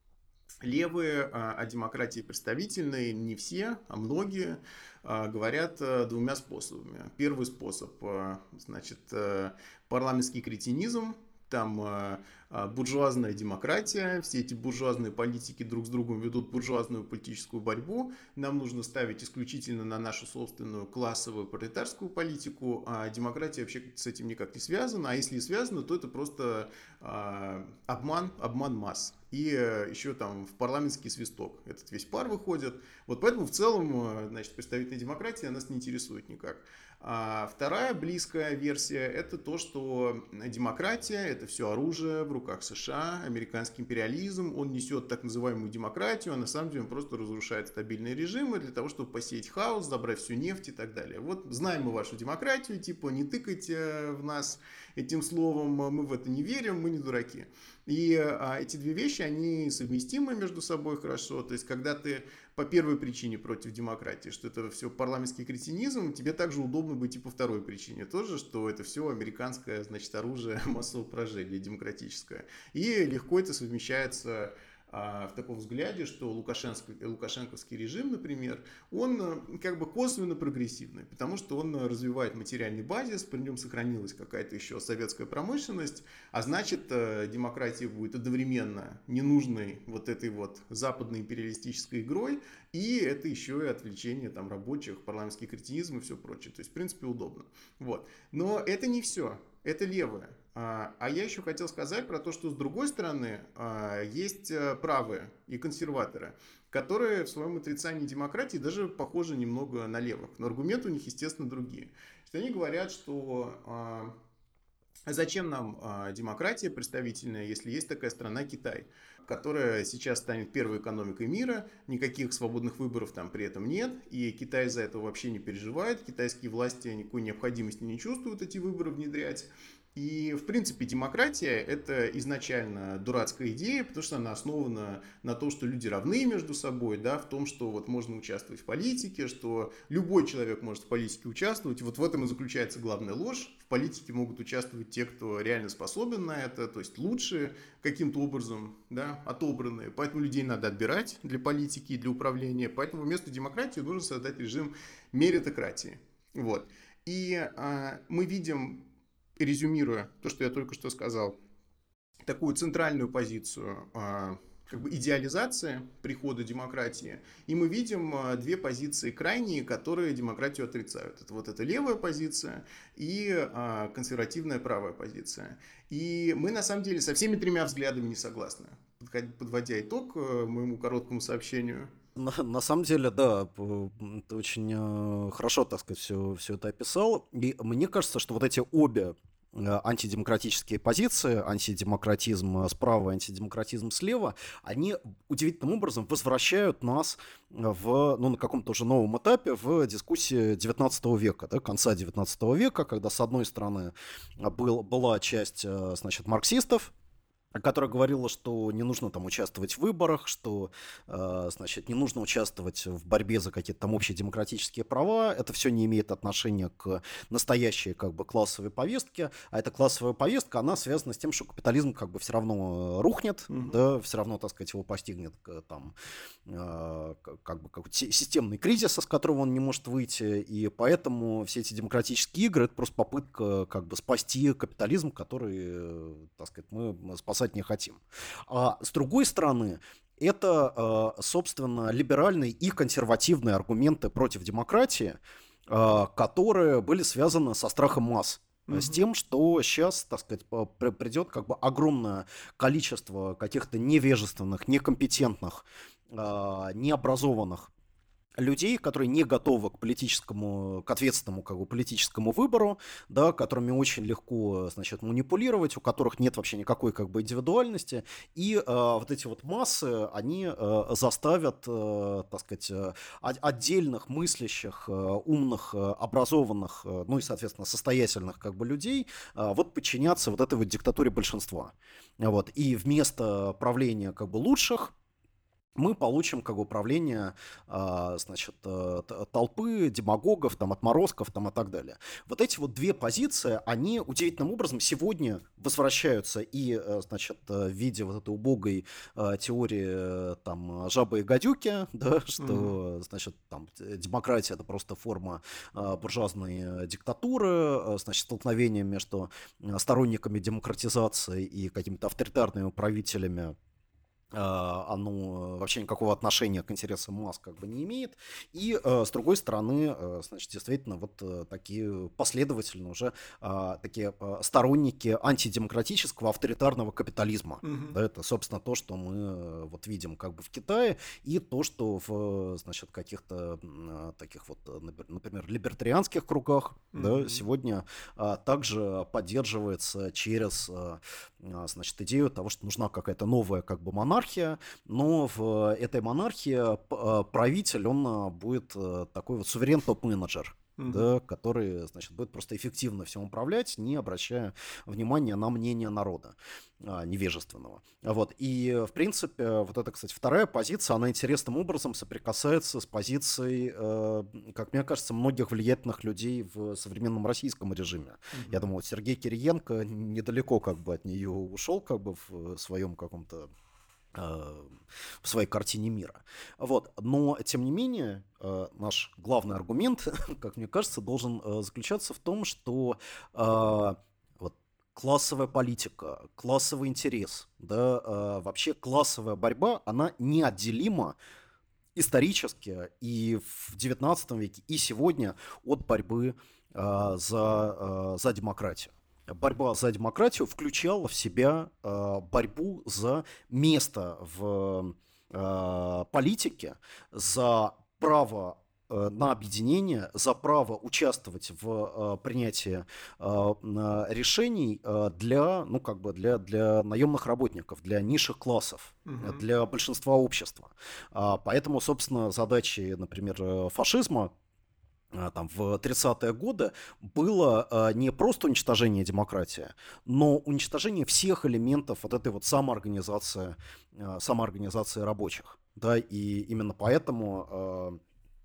[SPEAKER 1] Левые а, о демократии представительной не все, а многие а, говорят а, двумя способами. Первый способ, а, значит, а, парламентский кретинизм, там а, а, буржуазная демократия, все эти буржуазные политики друг с другом ведут буржуазную политическую борьбу, нам нужно ставить исключительно на нашу собственную классовую пролетарскую политику, а демократия вообще с этим никак не связана, а если и связана, то это просто а, обман, обман масс. И э, еще там в парламентский свисток этот весь пар выходит. Вот поэтому в целом, э, значит, представительная демократия нас не интересует никак. А вторая близкая версия – это то, что демократия – это все оружие в руках США, американский империализм, он несет так называемую демократию, а на самом деле он просто разрушает стабильные режимы для того, чтобы посеять хаос, забрать всю нефть и так далее. Вот знаем мы вашу демократию, типа не тыкайте в нас этим словом, мы в это не верим, мы не дураки. И а, эти две вещи, они совместимы между собой хорошо. То есть, когда ты по первой причине против демократии, что это все парламентский кретинизм, тебе также удобно быть и по второй причине тоже, что это все американское, значит, оружие массового поражения демократическое. И легко это совмещается а, в таком взгляде, что лукашенко, лукашенковский режим, например, он как бы косвенно прогрессивный, потому что он развивает материальный базис, при нем сохранилась какая-то еще советская промышленность, а значит, демократия будет одновременно ненужной вот этой вот западной империалистической игрой, и это еще и отвлечение там рабочих, парламентский кретинизм и все прочее. То есть, в принципе, удобно. Вот. Но это не все. Это левое. А я еще хотел сказать про то, что с другой стороны есть правые и консерваторы, которые в своем отрицании демократии даже похожи немного на левых. Но аргументы у них, естественно, другие. Что они говорят, что зачем нам демократия представительная, если есть такая страна Китай, которая сейчас станет первой экономикой мира, никаких свободных выборов там при этом нет, и Китай из-за этого вообще не переживает, китайские власти никакой необходимости не чувствуют эти выборы внедрять. И, в принципе, демократия – это изначально дурацкая идея, потому что она основана на том, что люди равны между собой, да, в том, что вот можно участвовать в политике, что любой человек может в политике участвовать. И вот в этом и заключается главная ложь. В политике могут участвовать те, кто реально способен на это, то есть лучшие каким-то образом, да, отобранные. Поэтому людей надо отбирать для политики и для управления. Поэтому вместо демократии нужно создать режим меритократии. Вот. И а, мы видим, резюмируя то, что я только что сказал, такую центральную позицию как бы идеализации прихода демократии, и мы видим две позиции крайние, которые демократию отрицают. Это вот эта левая позиция и консервативная правая позиция. И мы на самом деле со всеми тремя взглядами не согласны. Подводя итог моему короткому сообщению,
[SPEAKER 2] На, на самом деле, да, п- ты очень э, хорошо, так сказать, все, все это описал. И мне кажется, что вот эти обе э, антидемократические позиции, антидемократизм э, справа, антидемократизм слева, они удивительным образом возвращают нас в, ну, на каком-то уже новом этапе в дискуссии девятнадцатого века, да, конца девятнадцатого века, когда, с одной стороны, был, была часть, э, значит, марксистов, которая говорила, что не нужно там участвовать в выборах, что, э, значит, не нужно участвовать в борьбе за какие-то там общие демократические права, это все не имеет отношения к настоящей как бы классовой повестке, а эта классовая повестка, она связана с тем, что капитализм как бы все равно рухнет,
[SPEAKER 1] Мгм.
[SPEAKER 2] да, все равно, так сказать, его постигнет э, там э, к- как бы какой-то си- системный кризис, из которого он не может выйти, и поэтому все эти демократические игры — это просто попытка как бы спасти капитализм, который, э, так сказать, мы спасать не хотим. А с другой стороны, это, э, собственно, либеральные и консервативные аргументы против демократии, э, которые были связаны со страхом масс, э, с
[SPEAKER 1] Мгм.
[SPEAKER 2] тем, что сейчас, так сказать, по- при- придет как бы огромное количество каких-то невежественных, некомпетентных, э, необразованных людей, которые не готовы к политическому, к ответственному как бы политическому выбору, да, которыми очень легко, значит, манипулировать, у которых нет вообще никакой как бы индивидуальности, и э, вот эти вот массы, они э, заставят, э, так сказать, э, о- отдельных мыслящих, э, умных, э, образованных, э, ну и, соответственно, состоятельных как бы людей э, вот подчиняться вот этой вот диктатуре большинства. Вот. И вместо правления как бы лучших мы получим как бы управление, а, значит, э, т- толпы, демагогов, там, отморозков там, и так далее. Вот эти вот две позиции, они удивительным образом сегодня возвращаются и, э, значит, э, в виде вот этой убогой э, теории э, там, жабы и гадюки, да,
[SPEAKER 1] Мгм.
[SPEAKER 2] что, значит, там, т- демократия — это просто форма э, буржуазной э, диктатуры, э, значит, столкновение между э, сторонниками демократизации и какими-то авторитарными правителями, а, оно вообще никакого отношения к интересам масс как бы не имеет. И э, с другой стороны, э, значит, действительно, вот э, такие последовательно уже а, такие а, сторонники антидемократического авторитарного капитализма.
[SPEAKER 1] Мгм.
[SPEAKER 2] Да, это, собственно, то, что мы э, вот видим как бы в Китае, и то, что в, э, значит, каких-то м, а, таких вот, э, напр- например, либертарианских кругах, да,
[SPEAKER 1] Мгм.
[SPEAKER 2] сегодня а, также поддерживается через а, а, значит, идею того, что нужна какая-то новая как бы монархия, но в этой монархии п- а, правитель, он а, будет э, такой вот суверен топ-менеджер,
[SPEAKER 1] Мгм.
[SPEAKER 2] да, который, значит, будет просто эффективно всем управлять, не обращая внимания на мнение народа а, невежественного. Вот. И, в принципе, вот эта, кстати, вторая позиция, она интересным образом соприкасается с позицией, э, как мне кажется, многих влиятельных людей в современном российском режиме. Я
[SPEAKER 1] Мгм.
[SPEAKER 2] думаю, вот Сергей Кириенко недалеко как бы от нее ушел как бы в своем каком-то э, в своей картине мира. Вот. Но, тем не менее, э, наш главный аргумент, как мне кажется, должен э, заключаться в том, что э, вот, классовая политика, классовый интерес, да, э, вообще классовая борьба, она неотделима исторически и в девятнадцатом веке, и сегодня от борьбы э, за, э, за демократию. Борьба за демократию включала в себя э, борьбу за место в э, политике, за право э, на объединение, за право участвовать в э, принятии э, на решений э, для, ну, как бы для, для наемных работников, для низших классов, э,
[SPEAKER 1] Мгм.
[SPEAKER 2] для большинства общества. А, Поэтому, собственно, задачей, например, э, фашизма а, там, в тридцатые годы было а, не просто уничтожение демократии, но уничтожение всех элементов вот этой вот самоорганизации, а, самоорганизации рабочих. Да, и именно поэтому а,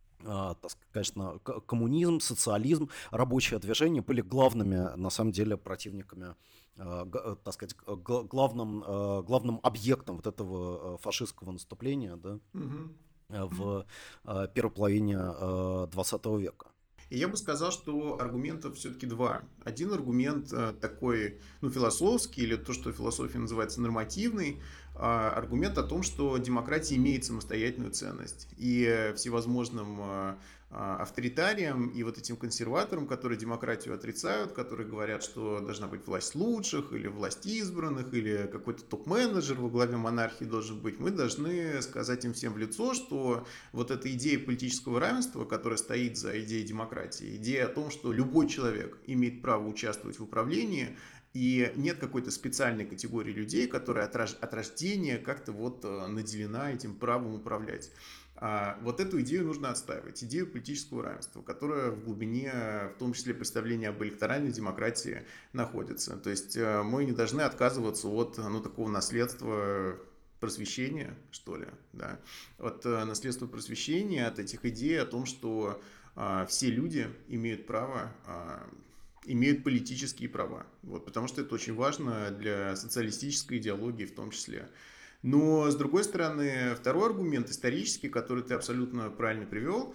[SPEAKER 2] а, так сказать, конечно, к- коммунизм, социализм, рабочее движение были главными, на самом деле, противниками, а, г- э, так сказать, г- г- главным, а, главным объектом вот этого а, фашистского наступления, да,
[SPEAKER 1] Мгм.
[SPEAKER 2] э, в а, первой половине а, двадцатого века.
[SPEAKER 1] И я бы сказал, что аргументов все-таки два. Один аргумент э, такой, ну, философский, или то, что в философии называется нормативный, а, аргумент о том, что демократия имеет самостоятельную ценность. И э, всевозможным э, авторитариям и вот этим консерваторам, которые демократию отрицают, которые говорят, что должна быть власть лучших, или власть избранных, или какой-то топ-менеджер во главе монархии должен быть, мы должны сказать им всем в лицо, что вот эта идея политического равенства, которая стоит за идеей демократии, идея о том, что любой человек имеет право участвовать в управлении, и нет какой-то специальной категории людей, которая от рождения как-то вот наделена этим правом управлять. А вот эту идею нужно отстаивать, идею политического равенства, которая в глубине, в том числе, представления об электоральной демократии находится. То есть мы не должны отказываться от ну, такого наследства просвещения, что ли, да, от наследства просвещения, от этих идей о том, что а, все люди имеют право, а, имеют политические права, вот, потому что это очень важно для социалистической идеологии в том числе. Но, с другой стороны, второй аргумент исторический, который ты абсолютно правильно привел,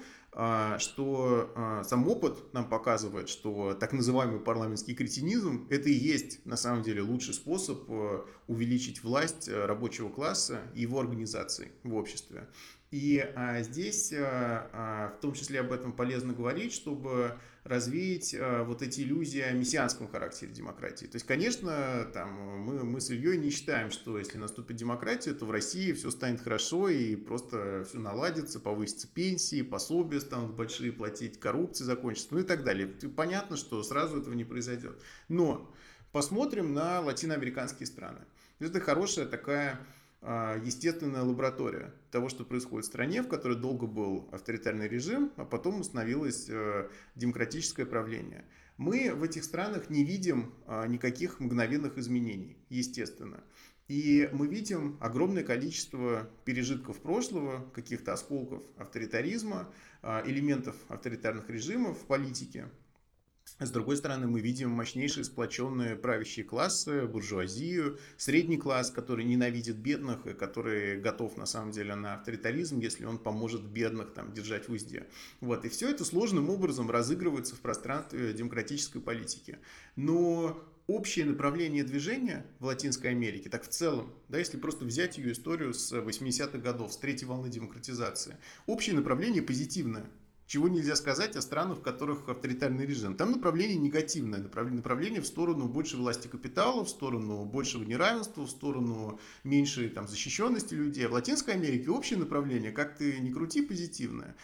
[SPEAKER 1] что сам опыт нам показывает, что так называемый парламентский кретинизм – это и есть на самом деле лучший способ увеличить власть рабочего класса и его организаций в обществе. И а, здесь а, а, в том числе об этом полезно говорить, чтобы развеять а, вот эти иллюзии о мессианском характере демократии. То есть, конечно, там, мы, мы с Ильей не считаем, что если наступит демократия, то в России все станет хорошо и просто все наладится, повысятся пенсии, пособия станут большие платить, коррупция закончится, ну и так далее. Понятно, что сразу этого не произойдет. Но посмотрим на латиноамериканские страны. Это хорошая такая естественная лаборатория того, что происходит в стране, в которой долго был авторитарный режим, а потом установилось демократическое правление. Мы в этих странах не видим никаких мгновенных изменений, естественно. И мы видим огромное количество пережитков прошлого, каких-то осколков авторитаризма, элементов авторитарных режимов в политике. С другой стороны, мы видим мощнейшие сплоченные правящие классы, буржуазию, средний класс, который ненавидит бедных и который готов на самом деле на авторитаризм, если он поможет бедных там, держать в узде. Вот. И все это сложным образом разыгрывается в пространстве демократической политики. Но общее направление движения в Латинской Америке, так в целом, да, если просто взять ее историю с восьмидесятых годов, с третьей волны демократизации, общее направление позитивное. Чего нельзя сказать о странах, в которых авторитарный режим. Там направление негативное, направление в сторону большей власти капитала, в сторону большего неравенства, в сторону меньшей там, защищенности людей. А в Латинской Америке общее направление, как ты ни крути, позитивное.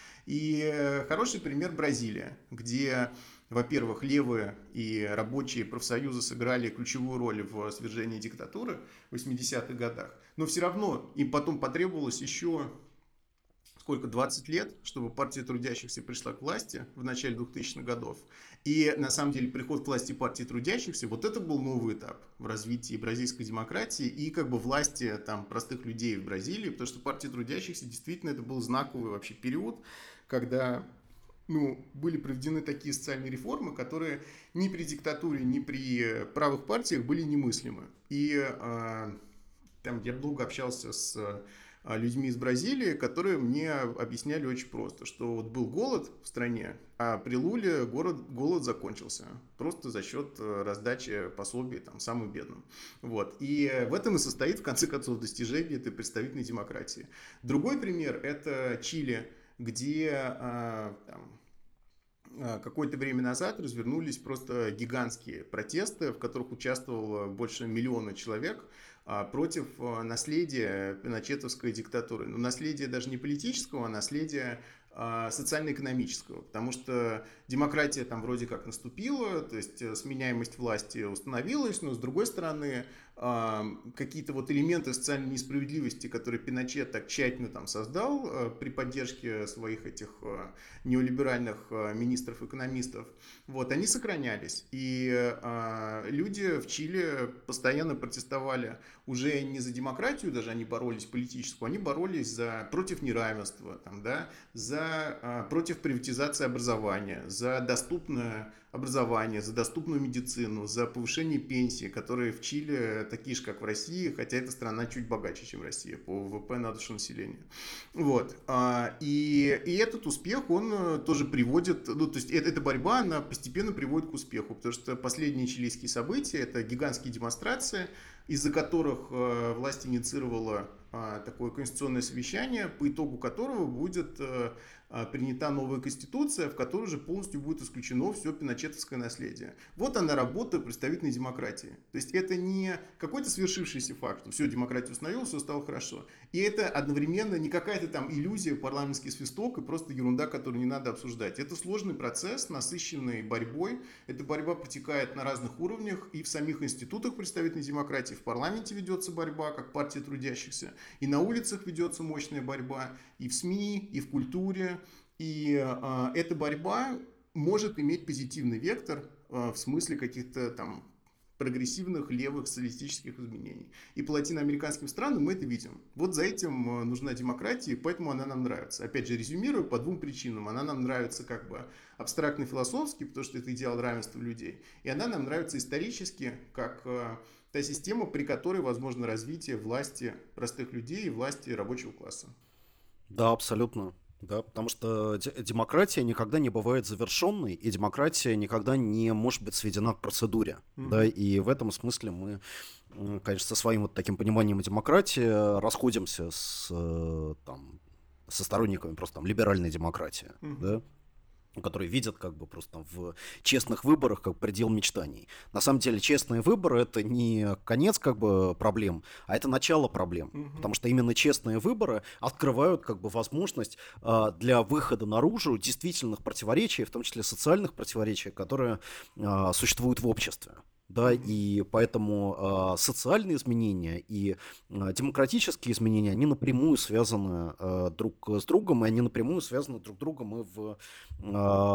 [SPEAKER 1] И хороший пример Бразилия, где, во-первых, левые и рабочие профсоюзы сыграли ключевую роль в свержении диктатуры в восьмидесятых годах. Но все равно им потом потребовалось еще... сколько, двадцать лет, чтобы партия трудящихся пришла к власти в начале двухтысячных годов. И на самом деле приход к власти партии трудящихся, вот это был новый этап в развитии бразильской демократии и как бы власти там, простых людей в Бразилии, потому что партия трудящихся действительно это был знаковый вообще период, когда ну, были проведены такие социальные реформы, которые ни при диктатуре, ни при правых партиях были немыслимы. И э, там я долго общался с людьми из Бразилии, которые мне объясняли очень просто, что вот был голод в стране, а при Луле город, голод закончился. Просто за счет раздачи пособий там, самым бедным. Вот. И в этом и состоит, в конце концов, достижение этой представительной демократии. Другой пример – это Чили, где там, какое-то время назад развернулись просто гигантские протесты, в которых участвовало больше миллиона человек, против наследия пиночетовской диктатуры. Но наследие даже не политического, а наследие социально-экономического, потому что демократия там вроде как наступила, то есть сменяемость власти установилась, но с другой стороны какие-то вот элементы социальной несправедливости, которые Пиночет так тщательно там создал при поддержке своих этих неолиберальных министров-экономистов, вот, они сохранялись. И люди в Чили постоянно протестовали уже не за демократию, даже они боролись политическую, они боролись за, против неравенства, там, да, за, против приватизации образования, за доступное образование, за доступную медицину, за повышение пенсии, которые в Чили такие же, как в России, хотя эта страна чуть богаче, чем Россия по ВВП на душу населения. Вот. И, и этот успех, он тоже приводит, ну, то есть эта борьба, она постепенно приводит к успеху, потому что последние чилийские события, это гигантские демонстрации, из-за которых власть инициировала а, такое конституционное совещание, по итогу которого будет а, а, принята новая конституция, в которой уже полностью будет исключено все пиночетовское наследие. Вот она работа представительной демократии. То есть это не какой-то свершившийся факт, что все, демократию установил, все стало хорошо. И это одновременно не какая-то там иллюзия, парламентский свисток и просто ерунда, которую не надо обсуждать. Это сложный процесс, насыщенный борьбой. Эта борьба протекает на разных уровнях, и в самих институтах представительной демократии, в парламенте ведется борьба, как партия трудящихся, и на улицах ведется мощная борьба, и в СМИ, и в культуре. И э, эта борьба может иметь позитивный вектор э, в смысле каких-то там прогрессивных левых социалистических изменений. И по латиноамериканским странам мы это видим. Вот за этим нужна демократия, поэтому она нам нравится. Опять же, резюмирую по двум причинам. Она нам нравится как бы абстрактно-философски, потому что это идеал равенства людей. И она нам нравится исторически, как э, та система, при которой возможно развитие власти простых людей и власти рабочего класса.
[SPEAKER 2] Да, абсолютно. Да, потому что демократия никогда не бывает завершенной, и демократия никогда не может быть сведена к процедуре. Mm-hmm. Да, и в этом смысле мы, конечно, со своим вот таким пониманием демократии расходимся с, там, со сторонниками просто там либеральной демократии. Mm-hmm. Да, которые видят как бы просто в честных выборах как предел мечтаний. На самом деле честные выборы — это не конец как бы проблем, а это начало проблем. Mm-hmm. Потому что именно честные выборы открывают как бы возможность а, для выхода наружу действительных противоречий, в том числе социальных противоречий, которые а, существуют в обществе. Да, и поэтому э, социальные изменения и э, демократические изменения, они напрямую связаны э, друг с другом, и они напрямую связаны друг с другом и в, э,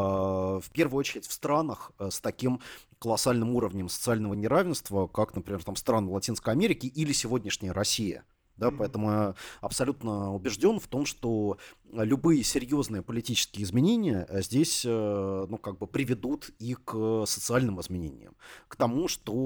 [SPEAKER 2] в первую очередь в странах э, с таким колоссальным уровнем социального неравенства, как, например, там, страны Латинской Америки или сегодняшняя Россия. Да, поэтому я абсолютно убежден в том, что любые серьезные политические изменения здесь, ну, как бы приведут и к социальным изменениям, к тому,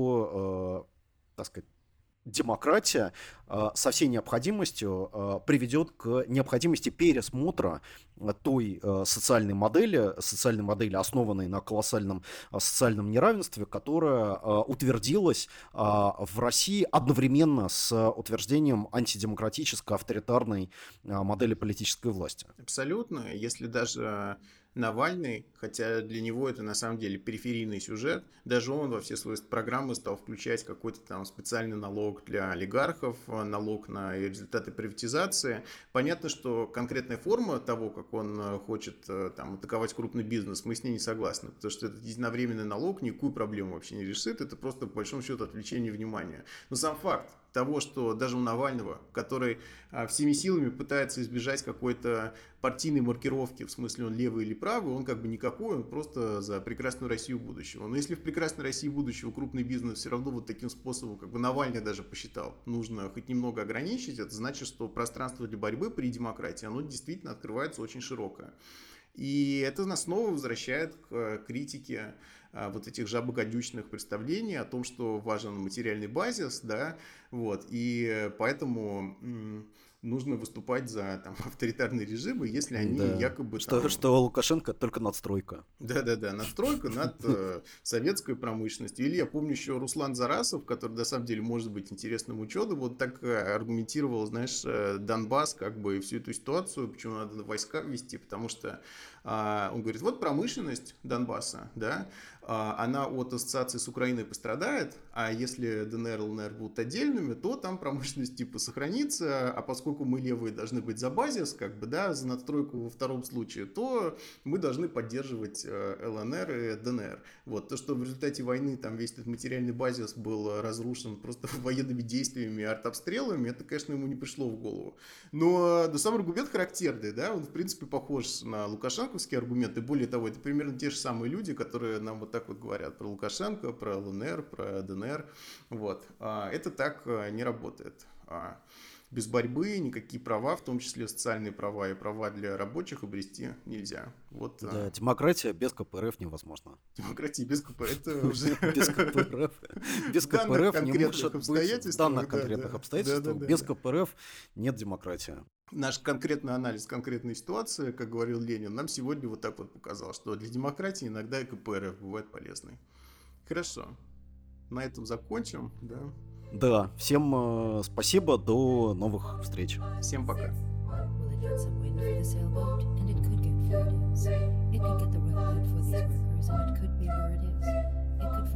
[SPEAKER 2] что, так сказать, демократия со всей необходимостью приведет к необходимости пересмотра той социальной модели, социальной модели, основанной на колоссальном социальном неравенстве, которая утвердилась в России одновременно с утверждением антидемократической, авторитарной модели политической власти.
[SPEAKER 1] Абсолютно. Если даже Навальный, хотя для него это на самом деле периферийный сюжет, даже он во все свои программы стал включать какой-то там специальный налог для олигархов, налог на результаты приватизации. Понятно, что конкретная форма того, как он хочет там атаковать крупный бизнес, мы с ней не согласны, потому что этот единовременный налог никакую проблему вообще не решит, это просто по большому счету отвлечение внимания. Но сам факт того, что даже у Навального, который а, всеми силами пытается избежать какой-то партийной маркировки, в смысле он левый или правый, он как бы никакой, он просто за прекрасную Россию будущего. Но если в прекрасной России будущего крупный бизнес все равно вот таким способом, как бы Навальный даже посчитал, нужно хоть немного ограничить, это значит, что пространство для борьбы при демократии, оно действительно открывается очень широкое. И это нас снова возвращает к критике а, вот этих жабогодючных представлений о том, что важен материальный базис, да, вот, и поэтому м- нужно выступать за там, авторитарные режимы, если они да. якобы...
[SPEAKER 2] Что,
[SPEAKER 1] там...
[SPEAKER 2] что Лукашенко только надстройка.
[SPEAKER 1] Да-да-да, надстройка над э, советской промышленностью. Или я помню еще Руслан Зарасов, который на самом деле может быть интересным ученым, вот так э, аргументировал, знаешь, э, Донбасс, как бы, и всю эту ситуацию, почему надо войска ввести, потому что э, он говорит, вот промышленность Донбасса, да, э, она от ассоциации с Украиной пострадает, а если ДНР и ЛНР будут отдельными, то там промышленность типа сохранится, а поскольку мы левые должны быть за базис, как бы, да, за надстройку во втором случае, то мы должны поддерживать э, ЛНР и ДНР. Вот, то, что в результате войны там весь этот материальный базис был разрушен просто военными действиями и артобстрелами, это, конечно, ему не пришло в голову. Но, но сам аргумент характерный, да, он, в принципе, похож на лукашенковские аргументы. Более того, это примерно те же самые люди, которые нам вот так вот говорят про Лукашенко, про ЛНР, про ДНР. Вот. А это так не работает. Без борьбы никакие права, в том числе социальные права и права для рабочих, обрести нельзя. Вот,
[SPEAKER 2] да, а... демократия без КПРФ невозможна.
[SPEAKER 1] Демократия без КПРФ, это уже...
[SPEAKER 2] Без КПРФ. Без КПРФ не может быть в данных конкретных обстоятельствах. Без КПРФ нет демократии.
[SPEAKER 1] Наш конкретный анализ конкретной ситуации, как говорил Ленин, нам сегодня вот так вот показал, что для демократии иногда и КПРФ бывает полезной. Хорошо. На этом закончим, да.
[SPEAKER 2] Да, всем э, спасибо, до новых встреч.
[SPEAKER 1] Всем пока.
[SPEAKER 3] Will it get some wind for the sailboat? And it could get, for it is. It could get the right wind for these workers, and it could be where it is. It could